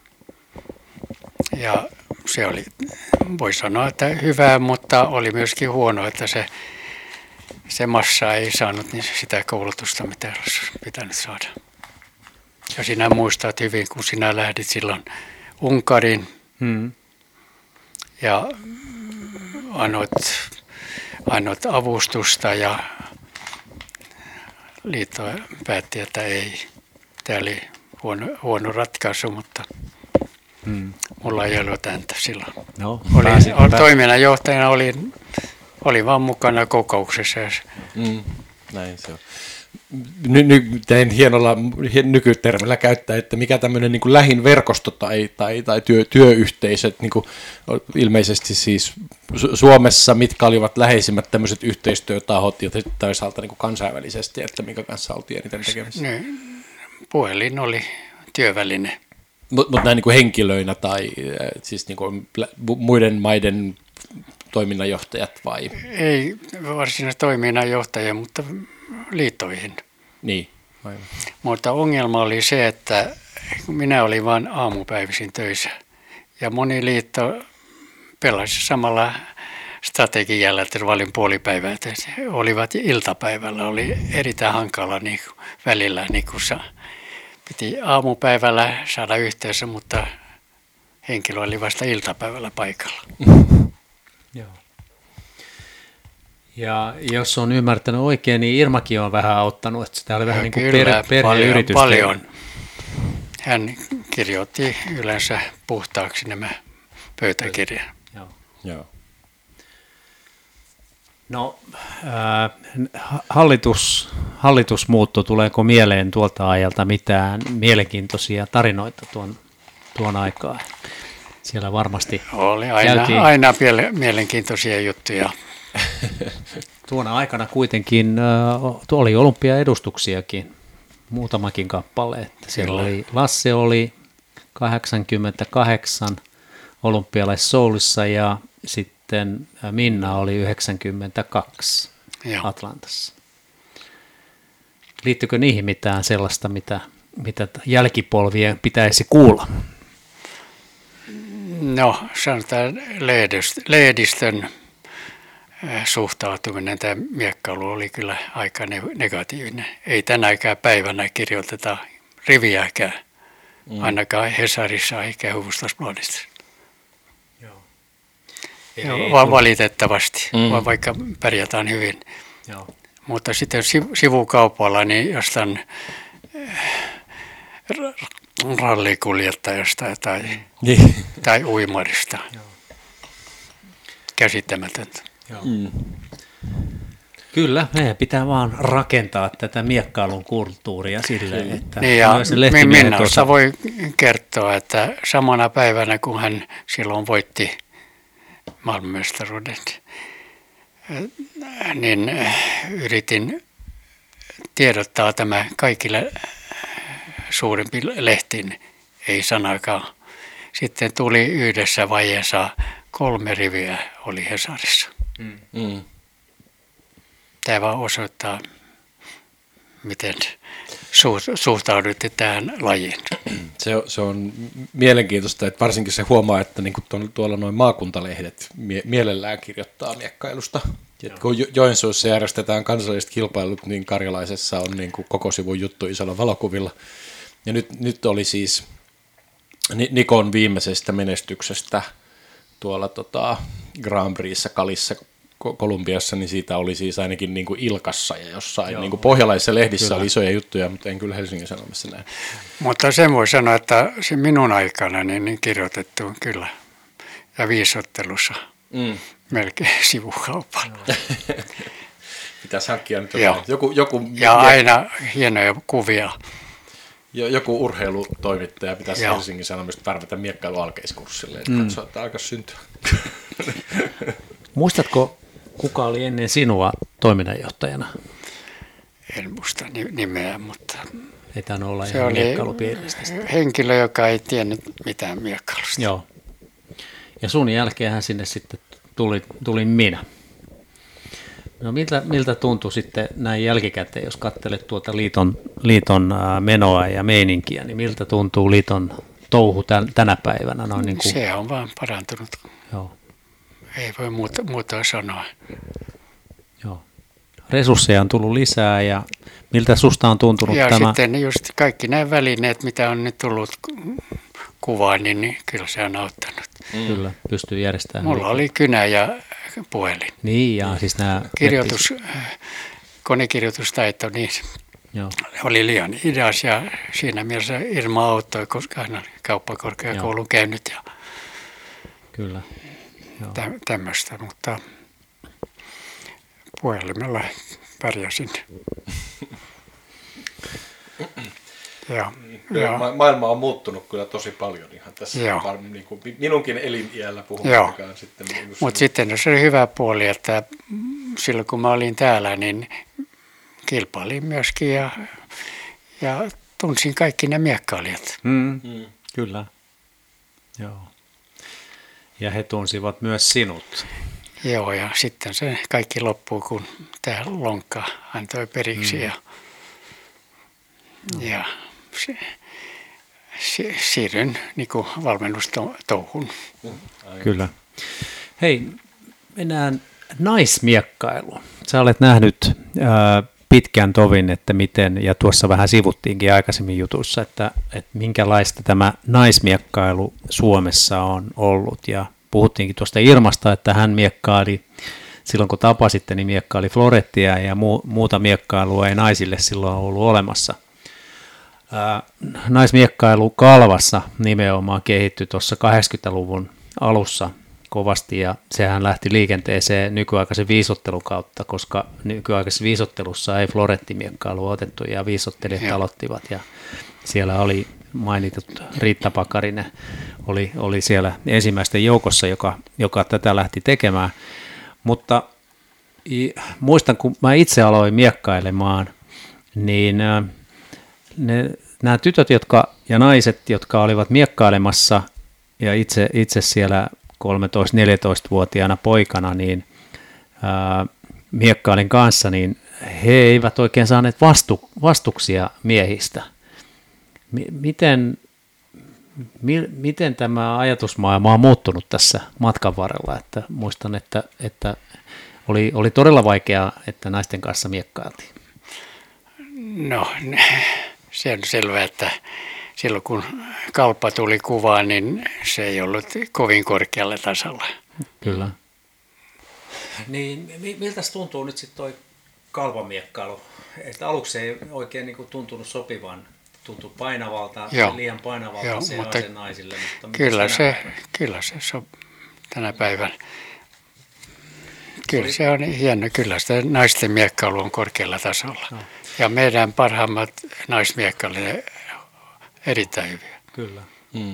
Ja se oli, voi sanoa, että hyvää, mutta oli myöskin huono, että se massa ei saanut niin sitä koulutusta, mitä olisi pitänyt saada. Ja sinä muistat hyvin, kun sinä lähdit silloin Unkariin ja annoit avustusta ja liitto päätti, että ei. Tämä oli huono ratkaisu, mutta mulla ei ollut ääntä silloin. No, toiminnanjohtajana olin vaan mukana kokouksessa. Näin se on. Hienolla nykytermillä käyttää, että mikä tämmöinen niin kuin lähin verkosto tai työyhteisöt, niin kuin ilmeisesti siis Suomessa, mitkä olivat läheisimmät tämmöiset yhteistyötahot ja toisaalta niin kuin kansainvälisesti, että minkä kanssa oltiin eniten tekemisissä? Puhelin oli työväline. Mutta näin niin kuin henkilöinä tai siis niin kuin muiden maiden toiminnanjohtajat vai? Ei varsinaisesti toiminnanjohtajia, mutta liittoihin. Niin, aivan. Mutta ongelma oli se, että minä olin vain aamupäivisin töissä ja moni liitto pelasi samalla strategialla, että olin puolipäivää. Olivat iltapäivällä, oli erittäin hankala niin välillä. Niin piti aamupäivällä saada yhteensä, mutta henkilö oli vasta iltapäivällä paikalla. Joo. Ja jos on ymmärtänyt oikein, niin Irmakin on vähän auttanut, että sitä oli vähän niin kuin perheyritys. hän kirjoitti yleensä puhtaaksi nämä pöytäkirjat. Joo. Joo. No, hallitusmuutto, tuleeko mieleen tuolta ajalta mitään mielenkiintoisia tarinoita tuon aikaa? Siellä varmasti Oli aina mielenkiintoisia juttuja. Tuona aikana kuitenkin oli olympiaedustuksiakin, muutamakin kappale. Että siellä oli, Lasse oli 88 olympialais-Soulissa ja sitten Minna oli 92 Joo. Atlantassa. Liittyykö niihin mitään sellaista, mitä jälkipolvien pitäisi kuulla? No, sanotaan lehdistön suhtautuminen tähän miekkailuun oli kyllä aika negatiivinen. Ei tänäkään päivänä kirjoiteta riviäkään, ainakaan Hesarissa eikä Hufvudstadsbladissa. Valitettavasti, vaikka pärjätään hyvin. Joo. Mutta sitten sivukaupalla niin jostain rallikuljettajasta tai uimarista. Käsittämätöntä. Kyllä, meidän pitää vaan rakentaa tätä miekkailun kulttuuria silleen, että Niin ja lehtimiehet Minnosta voi kertoa, että samana päivänä kun hän silloin voitti maailmanmestaruuden, niin yritin tiedottaa tämä kaikille suurempi lehtiin, ei sanakaan. Sitten tuli yhdessä vaiheessa 3 riviä oli Hesarissa. Tämä vaan osoittaa, miten suhtaudutte tähän lajiin. Se on mielenkiintoista, että varsinkin se huomaa, että niin tuolla noin maakuntalehdet mielellään kirjoittaa miekkailusta. Ja kun Joensuussa järjestetään kansalliset kilpailut, niin Karjalaisessa on niin kuin koko sivun juttu isolla valokuvilla. Ja nyt oli siis Nikon viimeisestä menestyksestä tuolla Grand Prixssä Kalissa Kolumbiassa, niin siitä oli siis ainakin niin kuin Ilkassa ja jossain niin kuin pohjalaisissa lehdissä kyllä oli isoja juttuja, mutta en kyllä Helsingin Sanomissa näe. Mutta sen voi sanoa, että se minun aikana niin kirjoitettu kyllä ja viisottelussa melkein sivukaupalla. Pitäisi hankkia nyt joku ja aina hienoja kuvia. Joku urheilutoimittaja pitäisi Helsingin Sanomista värvätä miekkailualkeiskurssille, että katsoa, että alkaisi syntyä. Muistatko, kuka oli ennen sinua toiminnanjohtajana? En muista nimeä, mutta ei tainnut olla se ihan oli miekkailupiiristä. henkilö, joka ei tiennyt mitään miekkailusta. Joo. Ja sun jälkeenhän sinne sitten tulin minä. No miltä tuntui sitten näin jälkikäteen, jos katselet tuota liiton menoa ja meininkiä, niin miltä tuntuu liiton touhu tänä päivänä? Noin niin kuin... Se on vaan parantunut. Joo. Ei voi muuta sanoa. Joo. Resursseja on tullut lisää ja miltä susta on tuntunut ja tämä? Ja sitten just kaikki nämä välineet, mitä on nyt tullut kuvaan, niin kyllä se on auttanut. Kyllä, pystyy järjestämään. Mulla oli kynä ja puhelin. Niin, ja siis nämä... Konekirjoitustaito, niin joo, oli liian hidas ja siinä mielessä Irma auttoi, koska hän oli kauppakorkeakoulun käynyt ja kyllä. tämmöistä, mutta puhelimella pärjäsin. Maailma on muuttunut kyllä tosi paljon ihan tässä niin kuin minunkin eliniällä puhumattakaan. Mutta sitten se oli hyvä puoli, että silloin kun mä olin täällä, niin kilpailin myöskin ja tunsin kaikki ne miekkailijat. Kyllä. Joo. Ja he tunsivat myös sinut. Joo, ja sitten se kaikki loppuu, kun tämä lonkka antoi periksi ja siirryn niin valmennustouhun. Kyllä. Hei, mennään naismiekkailuun. Sä olet nähnyt pitkän tovin, että miten, ja tuossa vähän sivuttiinkin aikaisemmin jutussa, että minkälaista tämä naismiekkailu Suomessa on ollut. Ja puhuttiinkin tuosta Irmasta, että hän miekkaili, silloin kun tapasitte, niin miekkaili florettia ja muuta miekkailua ei naisille silloin ollut olemassa. Naismiekkailu Kalvassa nimenomaan kehittyi tuossa 80-luvun alussa kovasti, ja sehän lähti liikenteeseen nykyaikaisen viisottelun kautta, koska nykyaikaisessa viisottelussa ei florettimiekkailua otettu, ja viisottelijat aloittivat, ja siellä oli mainitut Riitta Pakarinen, oli siellä ensimmäisten joukossa, joka tätä lähti tekemään, mutta muistan, kun mä itse aloin miekkailemaan, niin nämä tytöt ja naiset, jotka olivat miekkailemassa, ja itse siellä 13-14-vuotiaana poikana, niin miekkailin kanssa, niin he eivät oikein saaneet vastuksia miehistä. Miten tämä ajatusmaailma on muuttunut tässä matkan varrella? Että muistan, että oli todella vaikeaa, että naisten kanssa miekkailtiin. No, se on selvää, että silloin kun Kalpa tuli kuvaan, niin se ei ollut kovin korkealla tasolla. Kyllä. Niin, miltä tuntuu nyt sitten toi kalpamiekkailu? Että aluksi ei oikein niin kuin tuntunut sopivan, tuntui painavalta, liian painavalta sen naisille. Mutta kyllä se tänä päivänä. Kyllä se on hieno, kyllä sitä naisten miekkailu on korkealla tasolla. No. Ja meidän parhaimmat naismiekkailijat erittäin hyviä. Kyllä.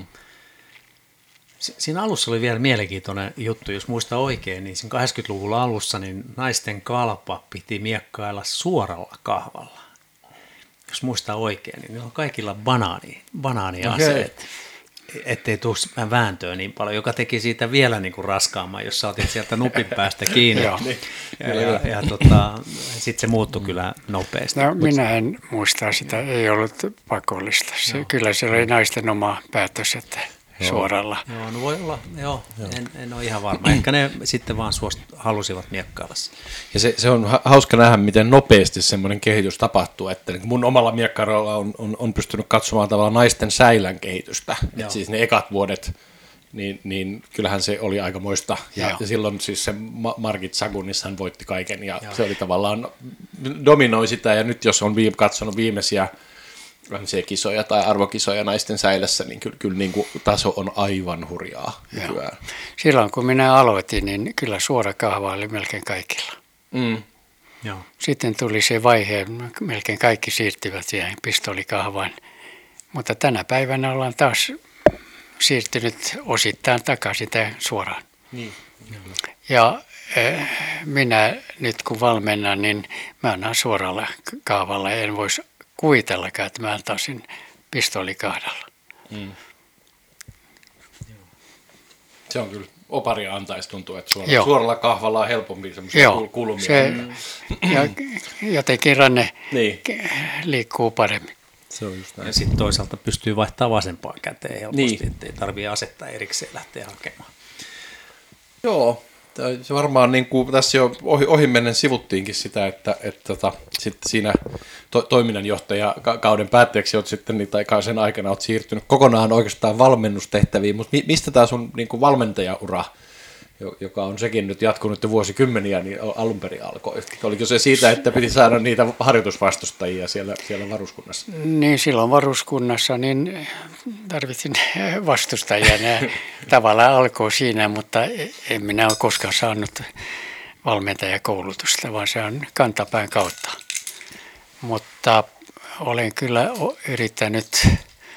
Siinä alussa oli vielä mielenkiintoinen juttu, jos muista oikein, niin siinä 80-luvulla alussa niin naisten kalpa piti miekkailla suoralla kahvalla. Jos muistaa oikein, niin ne on kaikilla banaaniaseet, ettei tule vääntöä niin paljon, joka teki siitä vielä niin kuin raskaamman, jos sä otit sieltä nupin päästä kiinni. ja sitten se muuttui kyllä nopeasti. No, minä en muista sitä, ei ollut pakollista. Kyllä se oli naisten oma päätös, että suoralla. Joo, no voi olla, en ole ihan varma. Ehkä ne sitten vaan halusivat miekkailla. Ja se on hauska nähdä, miten nopeasti semmoinen kehitys tapahtuu, että mun omalla miekkailulla on pystynyt katsomaan tavallaan naisten säilän kehitystä. Että siis ne ekat vuodet, niin kyllähän se oli aikamoista. Ja silloin siis se Margit Sagunis hän voitti kaiken ja se oli tavallaan, dominoi sitä. Ja nyt jos on katsonut viimeisiä kisoja tai arvokisoja naisten säilässä, niin kyllä niin kuin taso on aivan hurjaa nykyään. Silloin kun minä aloitin, niin kyllä suora kahva oli melkein kaikilla. Joo. Sitten tuli se vaihe, melkein kaikki siirtyvät siihen pistolikahvaan, mutta tänä päivänä ollaan taas siirtynyt osittain takaisin suoraan. Niin. Ja minä nyt kun valmennan, niin mä annan suoralla kahvalla, en voisi kuvitellakaan, että mä antaisin pistolikahdalla. Se on kyllä, oparia antaisi tuntuu, että suoralla kahvalla on helpompi semmoisia kulmia. Ja jotenkin ranne liikkuu paremmin. Se on just näin. Ja sitten toisaalta pystyy vaihtamaan vasempaan käteen helposti, ettei tarvitse asettaa erikseen lähteä hakemaan. Joo, se varmaan niin kuin tässä jo ohimennen sivuttiinkin sitä, että sitten siinä toiminnanjohtajakauden päätteeksi olet sitten, tai sen aikana olet siirtynyt kokonaan oikeastaan valmennustehtäviin, mutta mistä tämä sun niin kuin valmentajaura, joka on sekin nyt jatkunut jo vuosikymmeniä, niin alun perin alkoi? Oliko se siitä, että piti saada niitä harjoitusvastustajia siellä varuskunnassa? Niin, silloin varuskunnassa niin tarvitsin vastustajia. Tavallaan alkoi siinä, mutta en minä ole koskaan saanut valmentajakoulutusta, vaan se on kantapään kautta. Mutta olen kyllä yrittänyt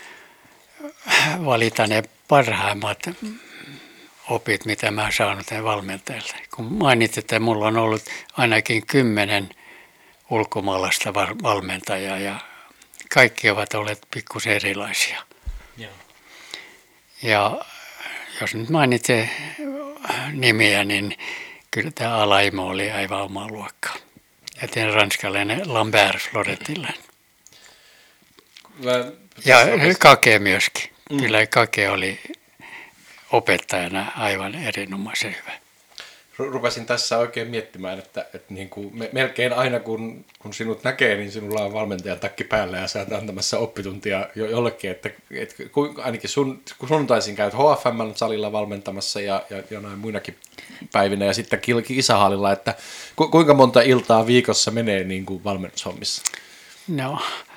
valita ne parhaimmat opit, mitä mä oon saanut valmentajalta. Kun mainitsin, että mulla on ollut ainakin 10 ulkomaalaista valmentajaa ja kaikki ovat olleet pikkusen erilaisia. Joo. Ja jos nyt mainitsen nimiä, niin kyllä tämä Alaimo oli aivan oma luokkaa. Ja tämän ranskalainen Lambert Florettilleen. Ja Kake myöskin. Kyllä Kake oli opettajana aivan erinomaisen hyvä. Rupesin tässä oikein miettimään, että niin kuin melkein aina kun sinut näkee, niin sinulla on valmentajan takki päällä ja sä oot antamassa oppituntia jollekin, että ainakin sunnuntaisin käyt HFM-salilla valmentamassa ja jonain muinakin päivinä ja sitten kisahallilla, että kuinka monta iltaa viikossa menee niin kuin valmennushommissa? No,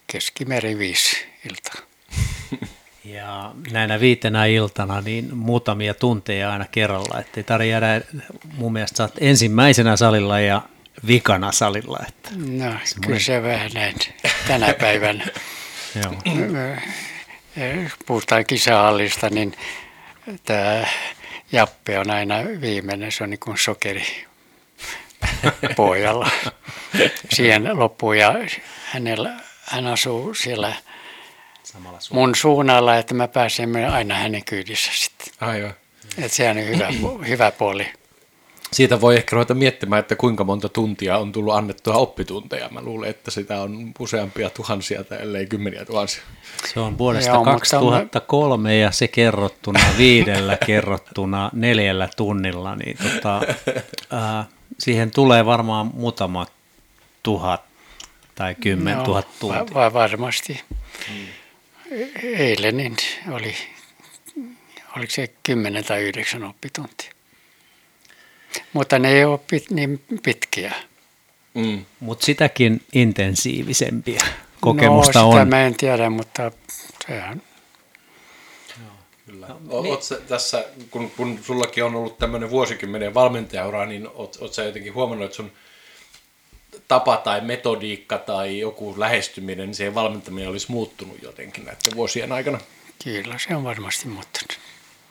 keskimäärin 5 iltaa. Ja näinä 5 iltana niin muutamia tunteja aina kerralla, ettei tarvitse jäädä, mun mielestä sä oot ensimmäisenä salilla ja vikana salilla. Että No, kyllä se vähän näin tänä päivänä. joo. Puhutaan kisahallista, niin tämä Jappe on aina viimeinen, se on niin kuin sokeri pohjalla. Siihen loppuun ja hän asuu siellä Samalla mun suunnalla, että mä pääsen aina hänen kyydissä sitten. Aivan. Että sehän on hyvä puoli. Siitä voi ehkä ruveta miettimään, että kuinka monta tuntia on tullut annettua oppitunteja. Mä luulen, että sitä on useampia tuhansia tai ellei kymmeniä tuhansia. Se on vuodesta Joo, 2003 ja se kerrottuna 5 kerrottuna 4 tunnilla, niin siihen tulee varmaan muutama 1000 tai 10 000 tuntia. Varmasti. Eilen niin oliko se 10 tai 9 oppituntia. Mutta ne ei ole niin pitkiä. Mutta sitäkin intensiivisempiä kokemusta no, sitä on. mä en tiedä, mutta sehän... Kyllä. Oot sä tässä, kun sullakin on ollut tämmöinen vuosikymmenen valmentajaura, niin oot sä jotenkin huomannut, että sun tapa tai metodiikka tai joku lähestyminen, niin siihen valmentaminen olisi muuttunut jotenkin näiden vuosien aikana? Kyllä, se on varmasti muuttunut.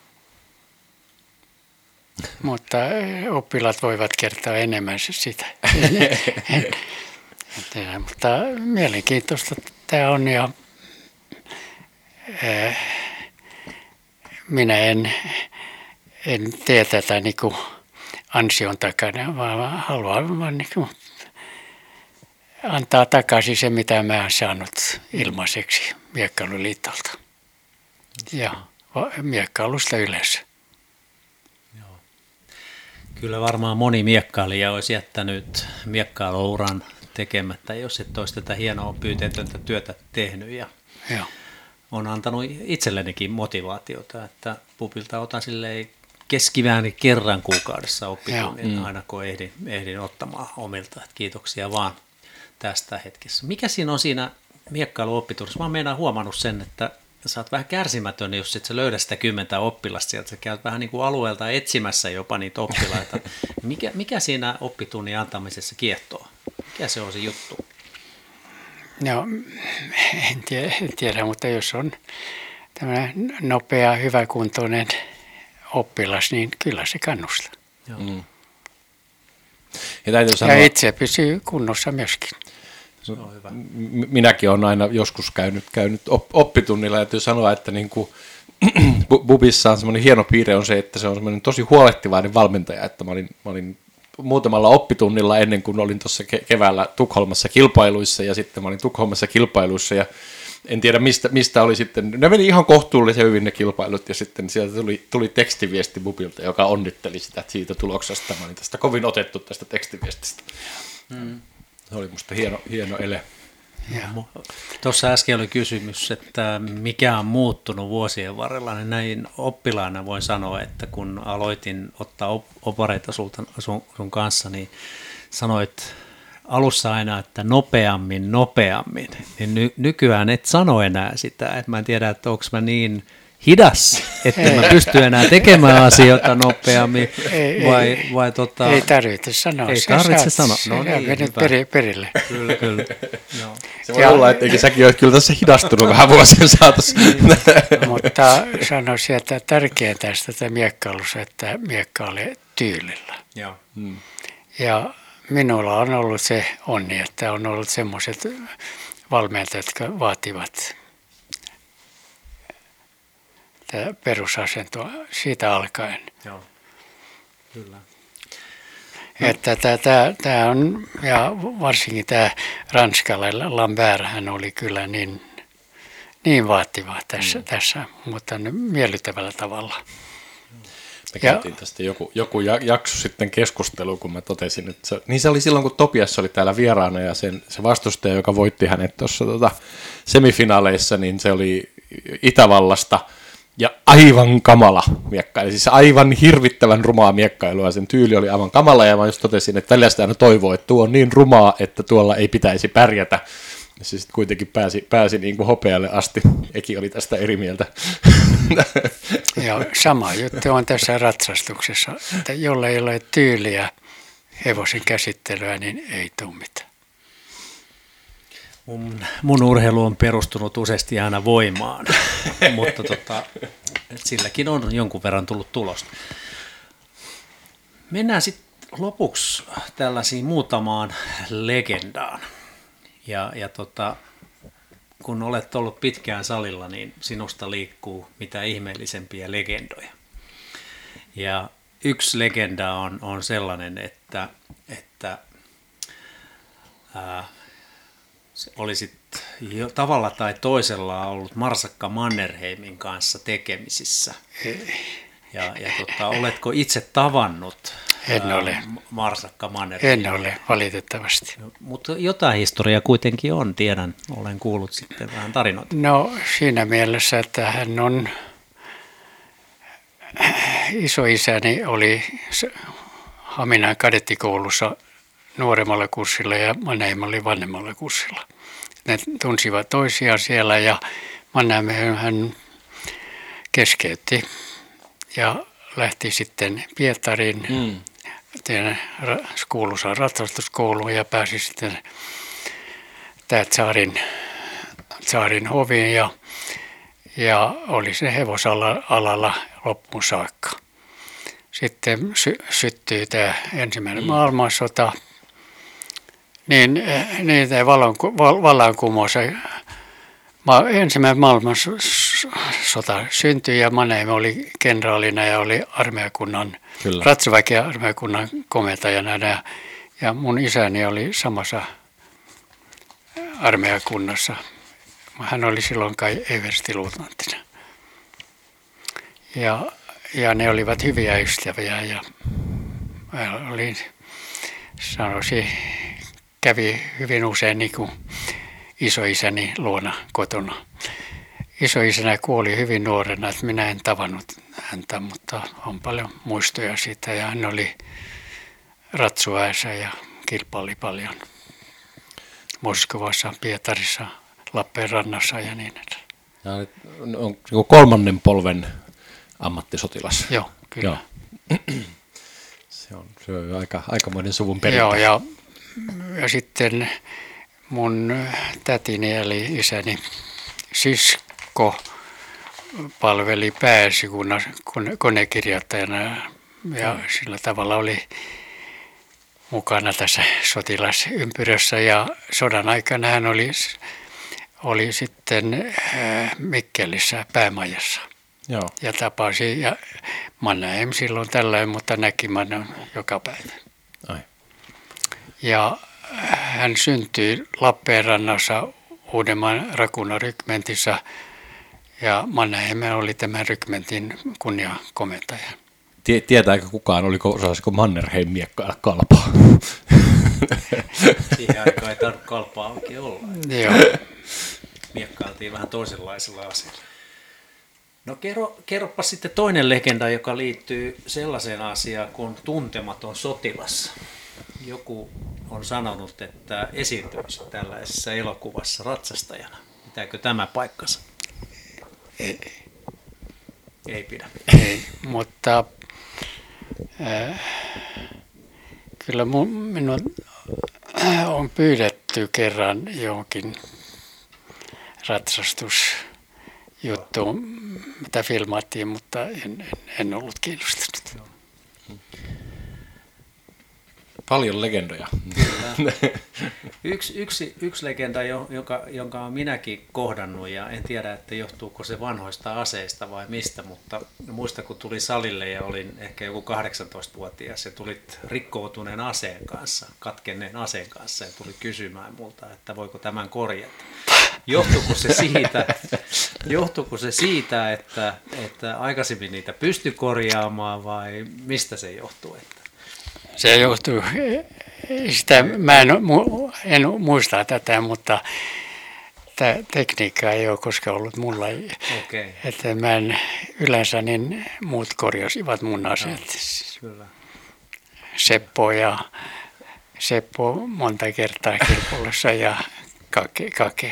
Mutta oppilaat voivat kertoa enemmän sitä. Mutta mielenkiintoista tämä on ja minä en tee tätä niinku ansion takana, vaan haluan vaan niinku antaa takaisin se, mitä mä olen saanut ilmaiseksi Miekkailuliitolta ja miekkailusta yleensä. Kyllä varmaan moni miekkailija olisi jättänyt miekkailuuran tekemättä, jos et olisi tätä hienoa pyyteetöntä työtä tehnyt. Ja Joo. on antanut itsellenikin motivaatiota, että pupilta otan silleen keskiväärin kerran kuukaudessa oppitunnin, aina kun ehdin ottamaan omilta. Että kiitoksia vaan tästä hetkessä. Mikä siinä on siinä miekkailuoppitunnissa? Mä oon meinaan huomannut sen, että sä oot vähän kärsimätön, jos et sä löydä sitä 10 oppilasta sieltä. Sä käyt vähän niin kuin alueelta etsimässä jopa niitä oppilaita. Mikä siinä oppitunnin antamisessa kiehtoo? Mikä se on se juttu? No, en tiedä, mutta jos on tämmöinen nopea, hyväkuntoinen oppilas, niin kyllä se kannustaa. Joo. Ja täytyy sanoa, Ja itse pysyy kunnossa myöskin. Se on hyvä. Minäkin olen aina joskus käynyt oppitunnilla ja täytyy sanoa, että niin kuin Bubissa on semmoinen hieno piirre on se, että se on semmoinen tosi huolehtivainen valmentaja, että mä olin muutamalla oppitunnilla ennen kuin olin tuossa keväällä Tukholmassa kilpailuissa ja sitten mä olin Tukholmassa kilpailuissa ja en tiedä mistä oli sitten, ne meni ihan kohtuullisen hyvin ne kilpailut ja sitten sieltä tuli tekstiviesti Bubilta, joka onnitteli sitä siitä tuloksesta. Mä olin tästä kovin otettu tästä tekstiviestistä. Se oli musta hieno ele. Tuossa äsken oli kysymys, että mikä on muuttunut vuosien varrella, niin näin oppilaana voin sanoa, että kun aloitin ottaa opareita sun kanssa, niin sanoit alussa aina, että nopeammin, niin nykyään et sano enää sitä, että mä en tiedä, että onko mä niin hidas, että mä pystyn enää tekemään asioita nopeammin, vai Ei tarvitse sanoa. Ei tarvitse sanoa. No niin, mennyt perille. Kyllä. Joo. Se voi olla, että säkin olet kyllä tässä hidastunut vähän vuosien saatossa. Mutta sanoisin, että tärkeää tästä miekkailussa, että miekkailee tyylillä. Joo. Ja minulla on ollut se onni, että on ollut semmoiset valmentajat, jotka vaativat perusasentoa siitä alkaen. Joo. Kyllä. Että tämä on, ja varsinkin tämä ranskalainen Lambert, hän oli kyllä niin vaativa tässä, mutta miellyttävällä tavalla. Me käytiin tästä joku jakso sitten keskustelu, kun mä totesin, että se oli silloin, kun Topias oli täällä vieraana ja se vastustaja, joka voitti hänet tuossa semifinaaleissa, niin se oli Itävallasta ja aivan kamala miekkailu, siis aivan hirvittävän rumaa miekkailua, sen tyyli oli aivan kamala ja mä just totesin, että välillä sitä aina toivoo, että tuo on niin rumaa, että tuolla ei pitäisi pärjätä. Se sitten kuitenkin pääsi niin kuin hopealle asti. Eki oli tästä eri mieltä. Ja sama juttu on tässä ratsastuksessa, että jolla ei ole tyyliä hevosen käsittelyä, niin ei tule mitään. Mun urheilu on perustunut useasti aina voimaan, mutta silläkin on jonkun verran tullut tulosta. Mennään sitten lopuksi tällaisiin muutamaan legendaan. Ja kun olet ollut pitkään salilla, niin sinusta liikkuu mitä ihmeellisempiä legendoja. Ja yksi legenda on sellainen, että olisit jo tavalla tai toisella ollut Marsakka Mannerheimin kanssa tekemisissä. Ja oletko itse tavannut En ole. Marsakka Mannerheimin? En ole, valitettavasti. Mutta jotain historiaa kuitenkin on, tiedän, olen kuullut sitten vähän tarinoita. No siinä mielessä, että hän on, isoisäni oli Haminan kadettikoulussa nuoremmalla kurssilla ja Mannheim oli vanhemmalla kurssilla. Ne tunsivat toisiaan siellä ja Mannheim hän keskeytti ja lähti sitten Pietariin kuuluisaan ratsastuskouluun ja pääsi sitten tsaarin hoviin ja oli se hevosalalla loppuun saakka. Sitten syttyi tämä ensimmäinen maailmansota, niin tämä vallankumous, ensimmäinen maailmansota syntyi ja Mannheim oli kenraalina ja oli ratsaväki-armeijakunnan komentajana ja mun isäni oli samassa armeijakunnassa. Hän oli silloin kai everstiluutnanttina. Ja ne olivat hyviä ystäviä ja oli, sanoisin, kävi hyvin usein niin kuin isoisäni luona kotona. Isoisänä kuoli hyvin nuorena, että minä en tavannut häntä, mutta on paljon muistoja siitä ja hän oli ratsuäessä ja kilpaili paljon Moskovassa, Pietarissa, Lappeenrannassa ja niin edelleen. On kolmannen polven ammattisotilas. Joo, kyllä. Joo. Se on aikamoinen suvun perintö. Joo, ja sitten mun tätini eli isäni sisko palveli pääesikunnassa konekirjoittajana ja sillä tavalla oli mukana tässä sotilasympyrössä ja sodan aikana hän oli sitten Mikkelissä päämajassa. Joo. Ja tapasi ja Mannheim silloin tällöin, mutta näki Mannheim joka päivä. Ai. Ja hän syntyi Lappeenrannassa Uudenmaan Rakuna-rykmentissä ja Mannheim oli tämän rykmentin kunniakomentaja. Tietääkö kukaan, osaisiko Mannerheim miekkailla kalpaa? Siihen aikaan ei tarvitse kalpaa oikein olla. Joo. Miekkailtiin vähän toisenlaisella asialla. No kerropa sitten toinen legenda, joka liittyy sellaiseen asiaan kuin tuntematon sotilas. Joku on sanonut, että esiintyisi tällaisessa elokuvassa ratsastajana. Pitääkö tämä paikkansa? Ei pidä. Ei, mutta kyllä minua on pyydetty kerran johonkin ratsastusjuttuun, mitä filmaattiin, mutta en ollut kiinnostunut. Paljon legendoja. Kyllä. Yksi legenda, jonka olen minäkin kohdannut, ja en tiedä, että johtuuko se vanhoista aseista vai mistä, mutta muista kun tuli salille ja olin ehkä joku 18-vuotias ja tulit rikkoutuneen aseen kanssa, katkenneen aseen kanssa ja tuli kysymään multa, että voiko tämän korjata. Johtuuko se siitä, että aikaisemmin niitä pystyi korjaamaan vai mistä se johtuu? Että se johtuu, mä en muista tätä, mutta tämä tekniikka ei ole koskaan ollut mulla. Okay. Että mä en yleensä niin muut korjasivat mun aseet. Kyllä. Seppo monta kertaa kilpailussa ja kake.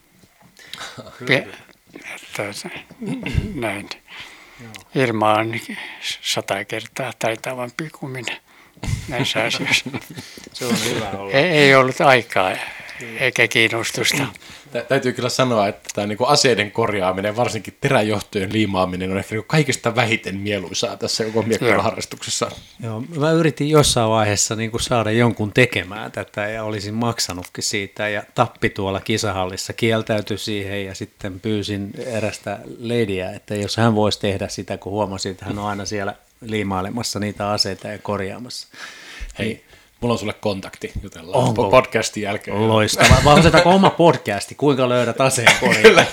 Näin. Irma on 100 kertaa taitavampi kuin minä näissä asioissa. Se on hyvä olla. Ei ollut aikaa eikä kiinnostusta. Täytyy kyllä sanoa, että tämä niinku aseiden korjaaminen, varsinkin teräjohtojen liimaaminen, on ehkä niinku kaikista vähiten mieluisaa tässä koko miekkaharrastuksessa. Joo, mä yritin jossain vaiheessa niin kuin saada jonkun tekemään tätä ja olisin maksanutkin siitä ja Tappi tuolla kisahallissa kieltäytyi siihen ja sitten pyysin erästä leidiä, että jos hän voisi tehdä sitä, kun huomasin, että hän on aina siellä liimailemassa niitä aseita ja korjaamassa. Hei, mulla on sulle kontakti, jutellaan Onko? podcastin jälkeen. Loistavaa. Vai otetaanko oma podcasti, kuinka löydät aseen korjata?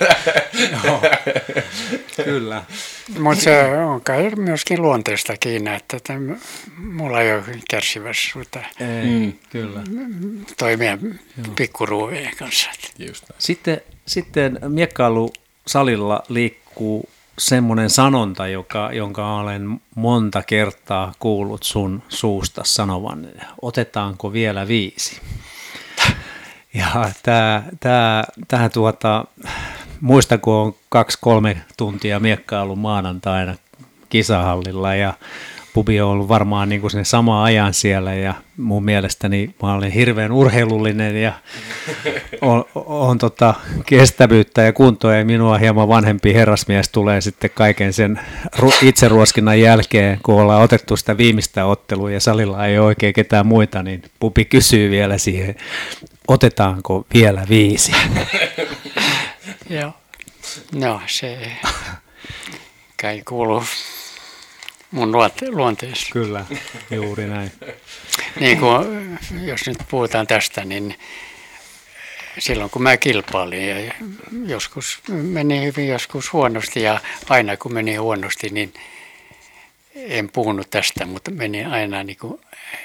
Kyllä. Mutta se on kai myöskin luonteesta kiinni, että mulla ei ole kärsiväisyyttä Kyllä. toimia pikkuruuvien kanssa. Just näin. Sitten miekkailusalilla liikkuu semmoinen sanonta, jonka olen monta kertaa kuullut sun suusta sanovan, otetaanko vielä 5? Ja tämä muista kun on 2-3 tuntia miekkailu maanantaina kisahallilla ja pubi on ollut varmaan niin kuin sinne samaan ajan siellä ja mun mielestäni mä olen hirveän urheilullinen ja on kestävyyttä ja kuntoa ja minua hieman vanhempi herrasmies tulee sitten kaiken sen itseruoskinnan jälkeen, kun ollaan otettu sitä viimeistä ottelua ja salilla ei ole oikein ketään muita, niin pubi kysyy vielä siihen, otetaanko vielä 5? Joo. No se kai kuuluu mun luonteessa. Kyllä, juuri näin. Niin kuin, jos nyt puhutaan tästä, niin silloin kun mä kilpailin ja joskus meni hyvin, joskus huonosti ja aina kun meni huonosti, niin en puhunut tästä, mutta meni aina niin kuin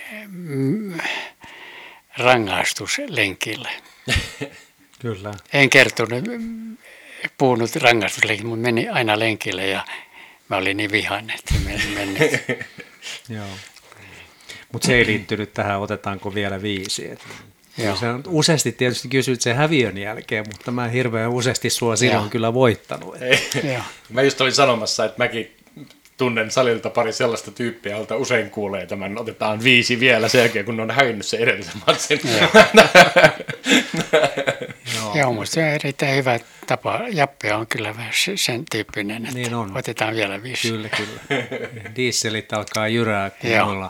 rangaistuslenkille. Kyllä. En puhunut rangaistuslenkille, mutta meni aina lenkille ja mä olin niin vihainen, että mennyt. Joo. Mutta se ei liittynyt tähän, otetaanko vielä 5. Se on useasti tietysti kysyt sen häviön jälkeen, mutta mä hirveän useasti sua silloin kyllä voittanut. Mä just olin sanomassa, että mäkin tunnen salilta pari sellaista tyyppiä, jolta usein kuulee tämän, otetaan 5 vielä sen jälkeen, kun ne on hävinnyt sen edellisen matsin. Joo, mutta se on erittäin hyvä tapa. Jappe on kyllä vähän sen tyyppinen, että niin on. Otetaan vielä 5. Kyllä. Dieselit alkaa jyrää kuin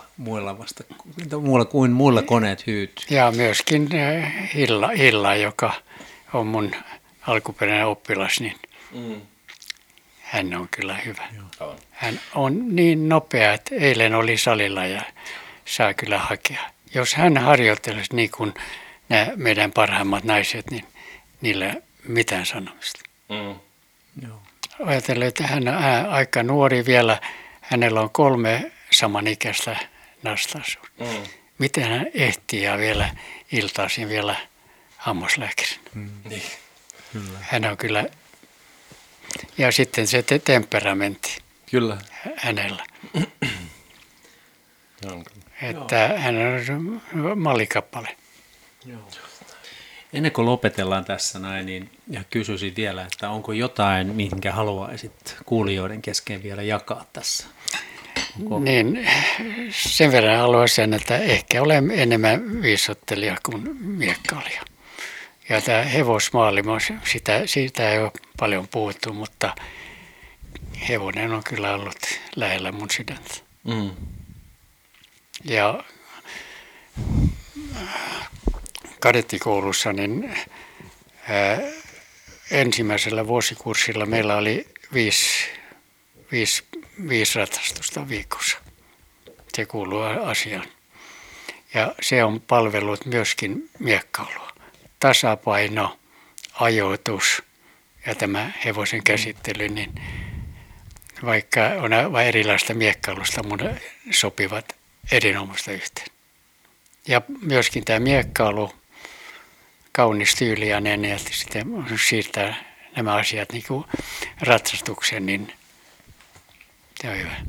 muilla koneet hyytyy. Ja myöskin Hilla, joka on mun alkuperäinen oppilas, niin hän on kyllä hyvä. Joo. Hän on niin nopea, että eilen oli salilla ja saa kyllä hakea. Jos hän harjoittelisi niin kuin nämä meidän parhaimmat naiset, niin niillä mitään sanomista. Joo. Ajatellen, että hän on aika nuori vielä, hänellä on 3 samanikäistä lasta. Miten hän ehtii ja vielä iltaisin vielä hammaslääkärin. Niin. Hän on kyllä, ja sitten se temperamentti Kyllä. hänellä. Joo. Että hän on mallikappale. Joo. Ennen kuin lopetellaan tässä näin, niin ja kysyisin vielä, että onko jotain, minkä haluaisit kuulijoiden kesken vielä jakaa tässä? Niin, sen verran haluaisin, että ehkä olen enemmän viisottelija kuin miekkailija. Ja tämä hevosmaailma, siitä ei ole paljon puhuttu, mutta hevonen on kyllä ollut lähellä mun sydäntä. Ja kadettikoulussa niin ensimmäisellä vuosikurssilla meillä oli 5 ratsastusta viikossa. Se kuuluu asiaan. Ja se on palvellut myöskin miekkailua. Tasapaino, ajoitus ja tämä hevosen käsittely, niin vaikka on vain erilaista miekkailusta, mun sopivat erinomaista yhteen. Ja myöskin tämä miekkailu, kaunis tyyliäinen ja sitten siirtää nämä asiat niin kuin ratsastukseen, niin se on hyvä.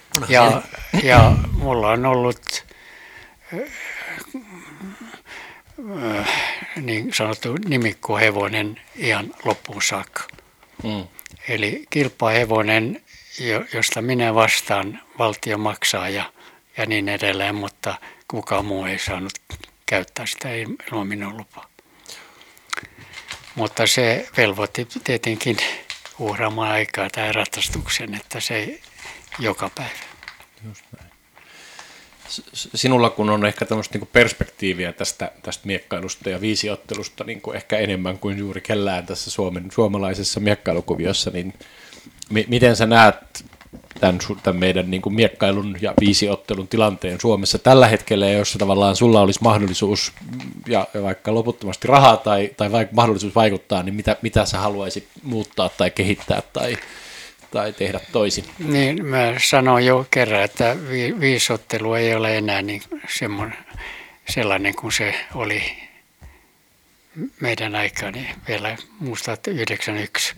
Ja mulla on ollut niin sanottu nimikkohevonen ihan loppuun saakka. Eli kilpahevonen, josta minä vastaan, valtio maksaa ja niin edelleen, mutta kukaan muu ei saanut käyttää sitä ilman minun lupaa. Mutta se velvoitti tietenkin uhraamaan aikaa tai ratsastuksen, että se ei joka päivä. Just näin. Sinulla kun on ehkä tämmöistä niin kuin perspektiiviä tästä miekkailusta ja viisiottelusta niin kuin ehkä enemmän kuin juuri kellään tässä suomalaisessa miekkailukuviossa, niin miten sä näet tämän meidän niin kuin miekkailun ja viisiottelun tilanteen Suomessa tällä hetkellä, jossa tavallaan sulla olisi mahdollisuus ja vaikka loputtomasti rahaa tai mahdollisuus vaikuttaa, niin mitä sä haluaisit muuttaa tai kehittää tai tehdä toisin? Niin, mä sanoin jo kerran, että viisottelu ei ole enää niin sellainen kuin se oli meidän aikani vielä muista 91.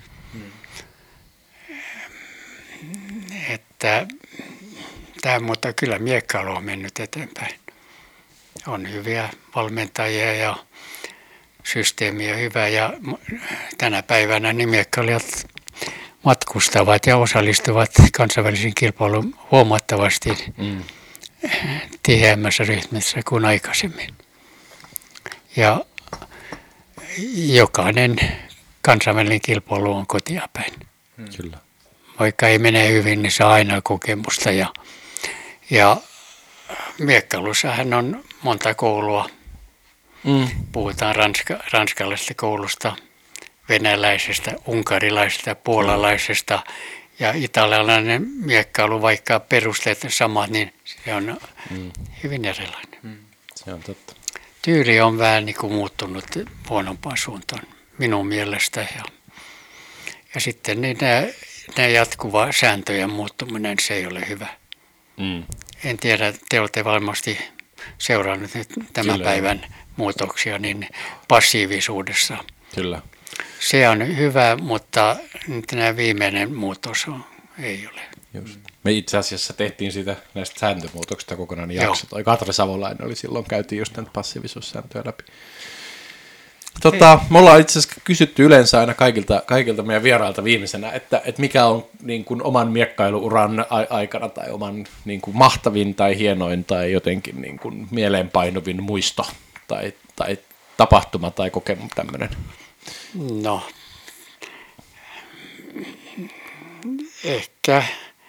Mutta kyllä miekkailu on mennyt eteenpäin. On hyviä valmentajia ja systeemi on hyvä ja tänä päivänä niin miekkailijat matkustavat ja osallistuvat kansainvälisiin kilpailuun huomattavasti tiheämmässä rytmissä kuin aikaisemmin. Ja jokainen kansainvälinen kilpailu on kotia päin. Kyllä. Vaikka ei mene hyvin, niin saa aina kokemusta. Ja miekkailussahan on monta koulua. Puhutaan ranskalaisesta koulusta, venäläisestä, unkarilaisesta, puolalaisesta ja italialainen miekkailu, vaikka perusteet samat, niin se on hyvin erilainen. Se on totta. Tyyli on vähän niin kuin muuttunut huonompaan suuntaan minun mielestä. Ja sitten niin nämä jatkuva sääntöjen muuttuminen, se ei ole hyvä. En tiedä, te olette varmasti seurannut nyt tämän Kyllä, päivän muutoksia niin passiivisuudessa. Kyllä. Se on hyvä, mutta nyt tämä viimeinen muutos ei ole. Just. Me itse asiassa tehtiin siitä näistä sääntömuutoksista kokonaan jakso. Toi Katre Savolainen oli silloin, käytiin just näitä passiivisuussääntöjä läpi. Me ollaan itse asiassa kysytty yleensä aina kaikilta meidän vierailta viimeisenä, että mikä on niin kuin oman miekkailuuran aikana tai oman niin kuin mahtavin tai hienoin tai jotenkin niin kuin mieleenpainuvin muisto tai tapahtuma tai kokemus tämmöinen. No, ehkä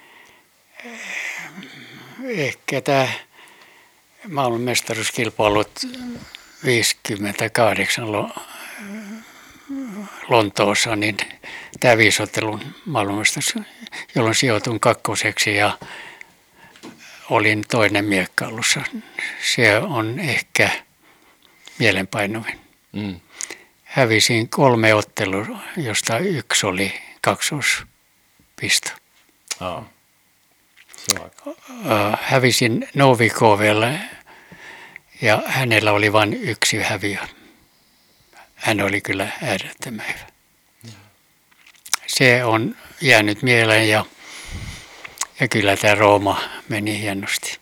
tämä maailmanmestaruuskilpailut 58 Lontoossa, niin tämä viisottelun maailmanmestaruus, jolloin sijoitun kakkoseksi ja olin toinen miekkailussa. Se on ehkä mielenpainuvin. Hävisin 3 ottelua, josta 1 oli kaksoispisto. Hävisin Novikovelle ja hänellä oli vain 1 häviö. Hän oli kyllä äärettömän hyvä. Se on jäänyt mieleen ja kyllä tämä Rooma meni hienosti.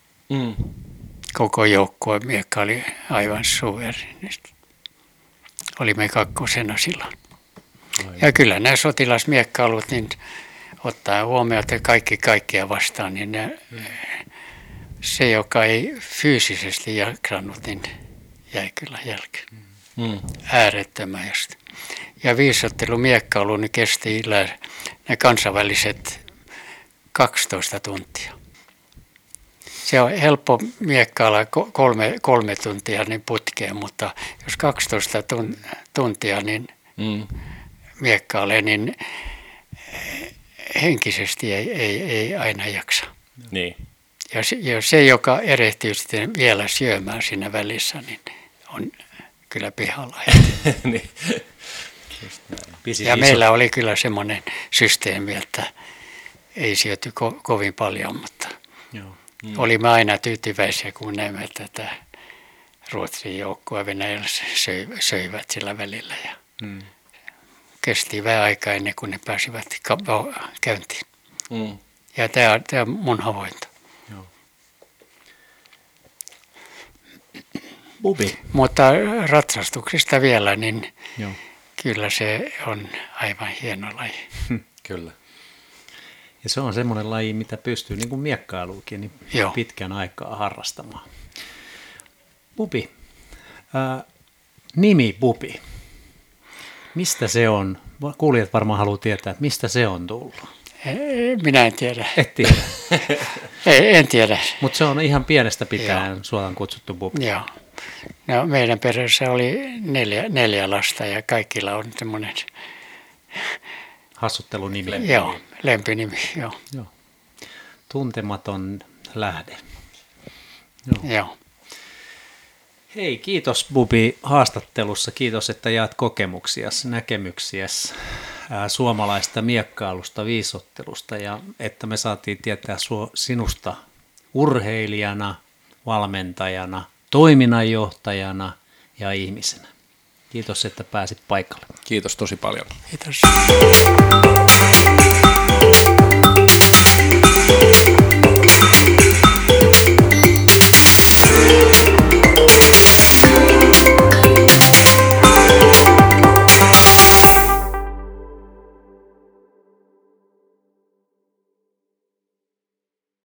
Koko joukkue miekkaili aivan suverenisesti. Olimme kakkosena silloin. Ja kyllä nämä sotilasmiekkailut, niin ottaa huomioon, että kaikkia vastaan, niin se, joka ei fyysisesti jaksanut, niin jäi kyllä jälkeen. Äärettömästi. Ja viisottelumiekkailu niin kesti ne kansainväliset 12 tuntia. Se on helppo miekkailla 3 tuntia niin putkeen, mutta jos 12 tuntia niin miekkailee, niin henkisesti ei aina jaksa. Niin. Ja se, joka erehtyy sitten vielä syömään siinä välissä, niin on kyllä pihalla. Niin. Ja meillä oli kyllä semmoinen systeemi, että ei syöty kovin paljon, mutta olimme aina tyytyväisiä, kun näimme, että tämä Ruotsin joukkue ja Venäjällä söivät sillä välillä. Ja kesti vähän aikaa ennen kuin ne pääsivät käyntiin. Ja tämä on mun havainto. Bubi. Mutta ratsastuksista vielä, niin Joo. kyllä se on aivan hieno laji. Kyllä. Ja se on semmoinen laji, mitä pystyy niin kuin miekkailuukin niin Joo. pitkän aikaa harrastamaan. Bubi. Nimi Bubi. Mistä se on? Kuulijat varmaan haluaa tietää, että mistä se on tullut. Minä en tiedä. Et tiedä. En tiedä. Mutta se on ihan pienestä pitäen suoraan kutsuttu Bubi. Joo. No, meidän perheessä oli neljä lasta ja kaikilla on semmoinen Hassuttelunimi. joo, lempinimi. Joo. Joo. Tuntematon lähde. Joo. Hei, kiitos Bubi haastattelussa. Kiitos, että jaat kokemuksiasi, näkemyksiäsi suomalaista miekkailusta, viisottelusta ja että me saatiin tietää sinusta urheilijana, valmentajana, toiminnanjohtajana ja ihmisenä. Kiitos, että pääsit paikalle. Kiitos tosi paljon. Kiitos.